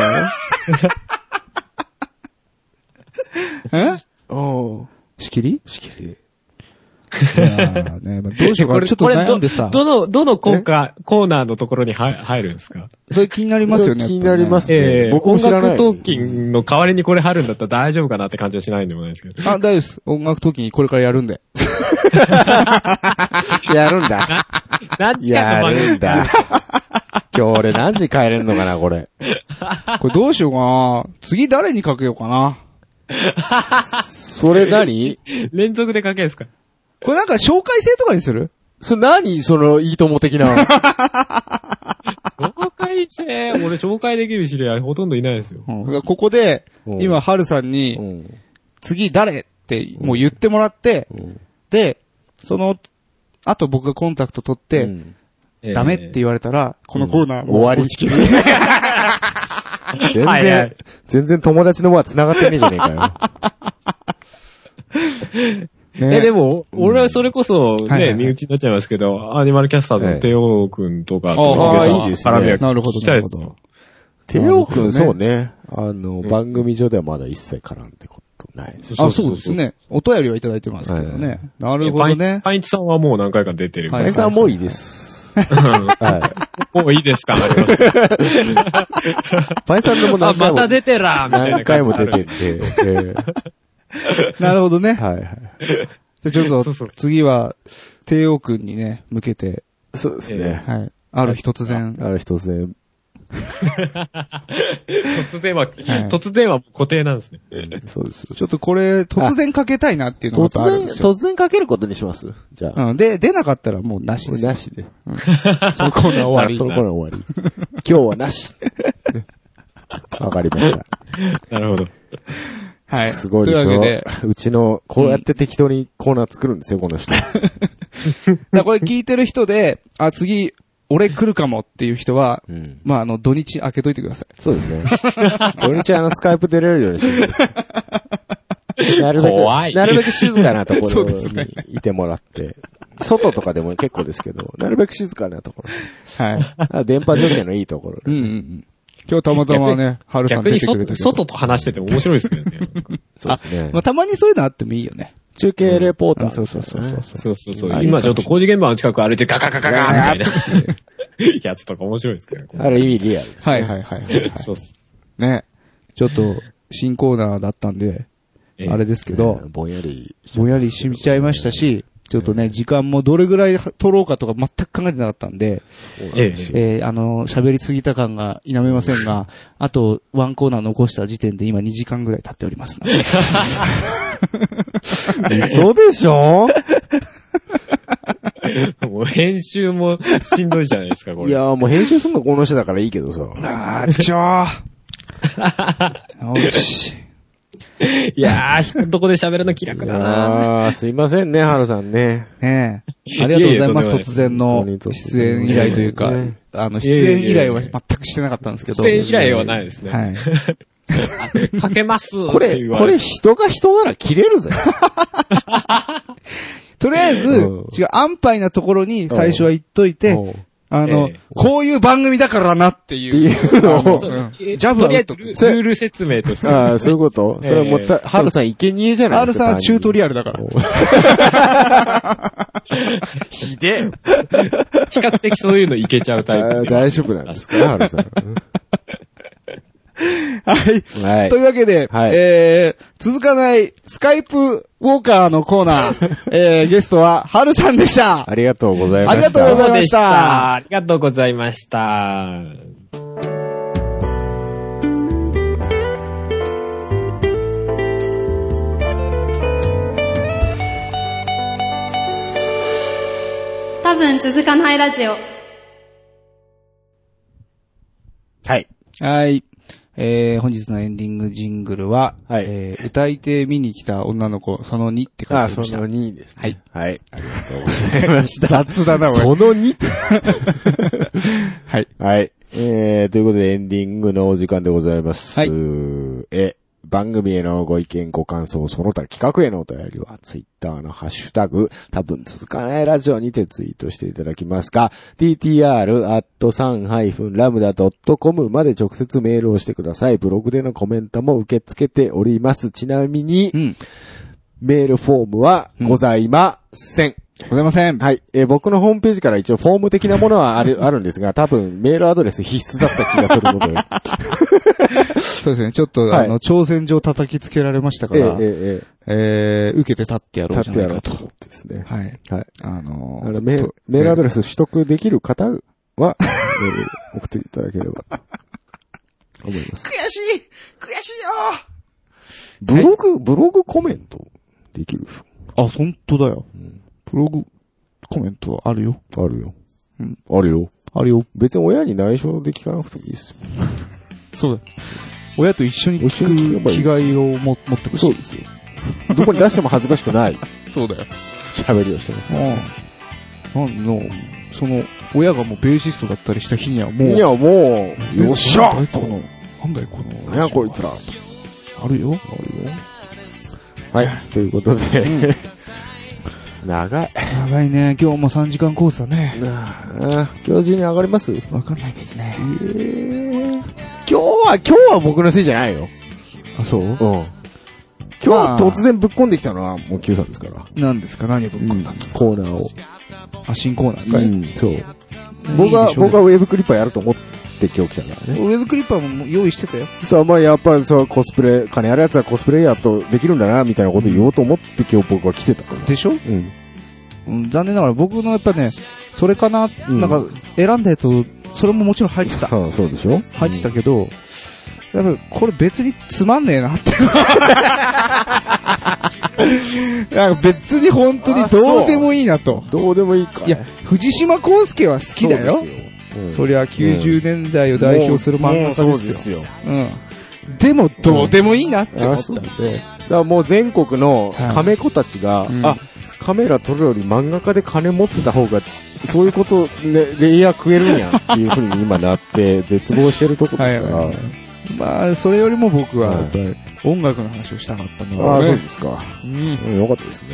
ないえお仕切り仕切り。 いやね、まあ、どうしようか、ちょっと悩んでさ。 どの、どのコーカコーナーのところに入るんですか？ それ気になりますよね。 気になりますね。 えー、僕も知らない。音楽トーキンの代わりにこれ貼るんだったら大丈夫かなって感じはしないんでもないですけど。 あ、大丈夫です。音楽トーキンこれからやるんで。 やるんだ。 何時間の番組やるんだ。今日俺何時帰れるのかな、これ。 これどうしようかな。次誰にかけようかな。 それ何連続でかけですか？ これなんか紹介制とかにする？ それ何その、いいとも的な。 紹介制俺紹介できる知り合いほとんどいないですよ。 うん、ここで、今、ハルさんに、うん、次誰ってもう言ってもらって、うん、で、その、あと僕がコンタクト取って、うんダメって言われたら、このコーナー、 うん、終わり。全然、はいはい、全然友達の輪繋がってねえじゃねえかよ。ね、え、でも、うん、俺はそれこそね、はいはいはい、身内になっちゃいますけど、アニマルキャスターズのテオくんとか、 ああ、いいですね。 なるほど、 なるほど。 テオくん、そうね。あの、うん、番組上ではまだ一切絡んでことない。 あ、そうですね。お便りはいただいてますけどね。はい、なるほどね。 パインチさんはもう何回か出てる。 パインチさんはもういいです。 はい。もういいですかあります。 パイさんでも何回も。 あ、また出てらみたいな。 何回も出てて。 なるほどね。 はいはい。 じゃちょっと、そうそう次は、帝王くんにね、向けて。 そうですね。 はい。ある日突然。 ある日突然。 突然は、はい、突然は固定なんですね。 そうです。 ちょっとこれ、突然かけたいなっていうのがあるんですよ。突然、突然かけることにしますじゃあ。 うん。で、出なかったらもうなしです。 なしで。 うん、そのコーナー終わり。 そのコーナー終わり。今日はなし。わかりました。 なるほど。 はい。 すごいでしょ。というわけで、うちの、こうやって適当にコーナー作るんですよ、この人。だからこれ聞いてる人で、あ、次、俺来るかもっていう人は、うん、まあ、あの、土日開けといてください。 そうですね。土日あの、スカイプ出れるようにしてください。なるべく、 怖い。 なるべく静かなところにいてもらって、外とかでも結構ですけど、なるべく静かなところ。はい。電波条件のいいところで、 うんうんうん。今日たまたまね、春さん出てくれたけど。 逆に外と話してても面白いですけどね。 そうですね。 まあ、たまにそういうのあってもいいよね。 中継レポーター、うん。 そうそうそうそう。 そうそうそう。今ちょっと工事現場の近く歩いてガガガガガみたいなやつとか面白いですけどね。 ある意味リアル、ね。 はいはいはい、はい。 そうっす。 ね。ちょっと、新コーナーだったんで、えー、あれですけど、 ね、ぼんやり。 ぼんやりしみちゃいましたし、ちょっとね、時間もどれぐらい取ろうかとか全く考えてなかったんで、ええー、あの、喋りすぎた感が否めませんが、あと、ワンコーナー残した時点で今にじかんぐらい経っておりますので。 嘘でしょもう編集もしんどいじゃないですか、これ。 いやーもう編集するのこの人だからいいけどさ。 あー、ちょー。よし。 いやー、人のとこで喋るの気楽だな。 あー、すいませんね、ハルさんね。 ねえ。ありがとうございます、いやいや突然の出演依頼というか、ね、あの、出演依頼は全くしてなかったんですけど。 出演依頼はないですね。 はい。 かけます。 これ、これ人が人なら切れるぜ。 とりあえず、違う、安牌なところに最初は言っといて、あの、えー、こういう番組だからなっていう。いうのを、うん、 ジャブはとりあえずルール説明として。 ああ、そういうこと、えー、それはもう、ハルさんいけにえじゃないですか。 ハルさんはチュートリアルだから。 ひでえ。 比較的そういうのいけちゃうタイプ。 大丈夫なんですか、ハルさん。 はい。はい。というわけで、はい、えー、続かないスカイプウォーカーのコーナー、えー、ゲストは、はるさんでした。 ありがとうございました。 ありがとうございました。 ありがとうございました。 多分続かないラジオ。 はい。 はい。えー、本日のエンディングジングルは、はい、えー、歌い手見に来た女の子、そのにって書いてありました。 あ、そのにですね。 はい。 はい。ありがとうございました。 雑だな、 そのにはい。 はい。えー、ということでエンディングのお時間でございます。はい。え、番組へのご意見ご感想、その他企画へのお便りは、ツイッターのハッシュタグ、多分続かないラジオにてツイートしていただきますか、ティーティーアールアットサンラムダドットコム まで直接メールをしてください。ブログでのコメントも受け付けております。ちなみに、うん、メールフォームはございません。 うん、ございません。 はい。えー、僕のホームページから一応フォーム的なものはある、あるんですが、多分メールアドレス必須だった気がするので。 そうですね。ちょっと、はい、あの、挑戦状叩きつけられましたから、えー、えー、えー、受けて立ってやろうじゃないかと。立ってやろうと思ってですね。はい。はい。あのー、あのメール、メールアドレス取得できる方は、メール送っていただければと思います。 悔しい悔しいよブログ、はい、ブログコメントできるでしょ。あ、本当だよ。うん、ブログコメントはあるよ。 あるよ。うん。あるよ。 あるよ。 別に親に内緒で聞かなくてもいいですよ。 そうだ。親と一緒に聞く気概をも持ってほしい。 そうですよ。どこに出しても恥ずかしくない。 そうだよ。 喋りをしてます。 うん。なんの、その、親がもうベーシストだったりした日にはもう。 いや、もう、よっしゃなんだこの、なんだよこの。 なんやこいつら。 あるよ。あるよ。 はい。ということで、うん長い。 長いね。今日もさんじかんコースだね。 ああ、今日中に上がります？ わかんないですね。えー、今日は、今日は僕のせいじゃないよ。 あ、そう？うん。 今日は突然ぶっ込んできたのはもう Q さんですから。 何ですか？何をぶっ込んだんですか？ うん、コーナーを。 あ、新コーナーかい？ うん、そう。僕は、僕はウェブクリッパーやると思って今日来たからね。 ウェブクリッパーも用意してたよ。 そう、まあやっぱりそう、コスプレ、金あるやつはコスプレイヤーとできるんだな、みたいなこと言おうと思って今日僕は来てたから。 でしょ？うん。うん、残念ながら僕のやっぱね、それかな、うん、なんか選んだやつ、それももちろん入ってた。 ああ、そうでしょ？ 入ってたけど、うん、やっぱこれ別につまんねえなって。なんか別に本当にどうでもいいなと。 どうでもいいか。 いや、藤島康介は好きだよ。そうですよ。うん、そりゃきゅうじゅうねんだいを代表する漫画家ですよ。 そうですよ。 うん。でもどうでもいいなって思ったんで。だからもう全国のカメ子たちが、はい、あ、カメラ撮るより漫画家で金持ってた方が、そういうこと、ね、レイヤー食えるんやっていう風に今なって、絶望してるとこですから。はいはいはい、 まあ、それよりも僕は、やっぱり音楽の話をしたかったので、ね。 ああ、そうですか。うん。よかったですね。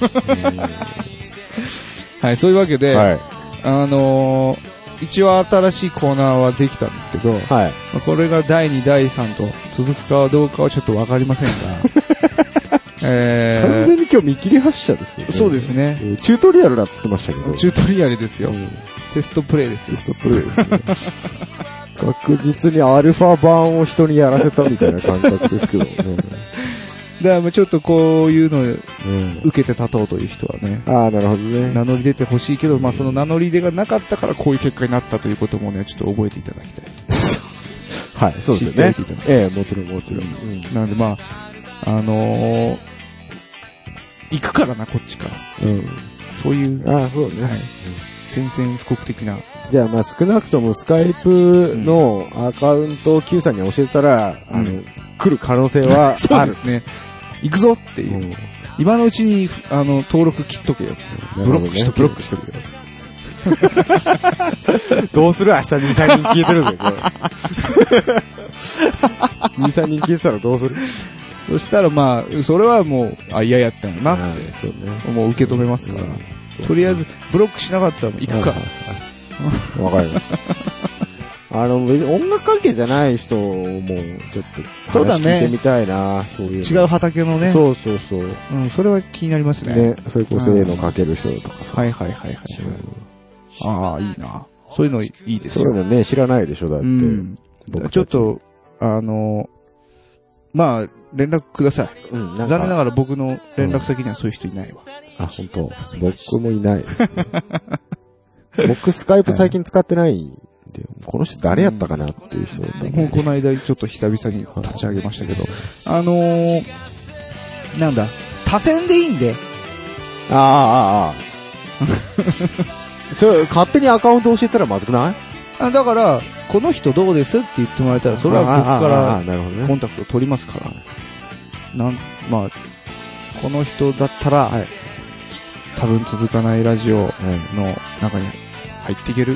はい、そういうわけで、はい、あのー、一応新しいコーナーはできたんですけど、はい、まあ、これがだいに、だいさんと続くかどうかはちょっとわかりませんが、 えー、完全に今日見切り発車ですよね。 そうですね、 えー。チュートリアルだっつってましたけど。 チュートリアルですよ。うん、テストプレイですよ。 テストプレイですね。確実にアルファ版を人にやらせたみたいな感覚ですけどね。 だからちょっとこういうのを受けて立とうという人はね。 ああ、なるほどね。 名乗り出てほしいけど、まあその名乗り出がなかったからこういう結果になったということもね、ちょっと覚えていただきたい。 はい、そうですよね。ええ、もちろんもちろん。 うん、なのでまあ、あのー、行くからな、こっちから。うん。そういう。 ああ、そうね。はい。 宣戦布告的な。 じゃあまあ少なくともスカイプのアカウントを Q さんに教えたら、うん、あの、来る可能性はある。 そうですね。行くぞっていう。うん、今のうちに、あの、登録切っとけよ。ブロックしとけよ。ブロックしとけよ。どうする？明日に、さんにん消えてるぜ、これ。に、さんにん消えてたらどうする？ そしたらまあ、それはもう、あ、嫌やったんやなって、そうね。もう受け止めますから。とりあえず、ブロックしなかったら行くか。 わかります。あの、別に音楽関係じゃない人も、ちょっと、話聞いてみたいな、そういう。 違う畑のね。 そうそうそう。 うん、それは気になりますね。 ね、それこそ絵の描ける人とかさ。 はいはいはいはい。ああ、いいな。そういうのいいですよ。そういうのね、知らないでしょ、だって。 ちょっと、あの、まあ、連絡ください。うん、残念ながら僕の連絡先にはそういう人いないわ。 あ、本当。僕もいないですね。僕、スカイプ最近使ってないんで、この人誰やったかなっていう人だった、ね。 もうこの間ちょっと久々に立ち上げましたけど、あのー、なんだ、多選でいいんで。 ああ、ああ。 それ、勝手にアカウント教えたらまずくない？ あ、だから、この人どうですって言ってもらえたら、それは僕からコンタクトを取りますから。なん、まあ、この人だったら、はい、多分続かないラジオの中に入っていける。うん、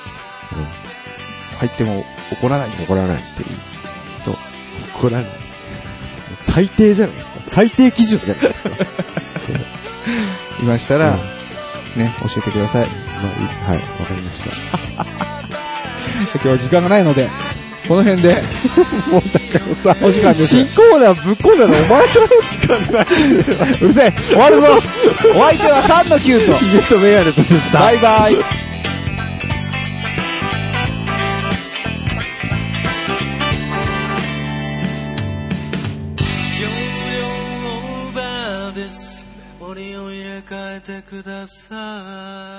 入っても怒らない。 怒らない。 っていう人。 怒らない。最低じゃないですか。最低基準じゃないですか。 いましたら、うん、ね、教えてください。 まあ、はい、わかりました。 今日は時間がないので、この辺で、 もうだからさ、 お時間です。 新コーナーぶっこんだのお前からの時間ないですよ。 うるせえ、終わるぞ。お相手はさんのきゅうと、 ヒゲとメガネとでした。 バイバイ。 折を入れ替えてください。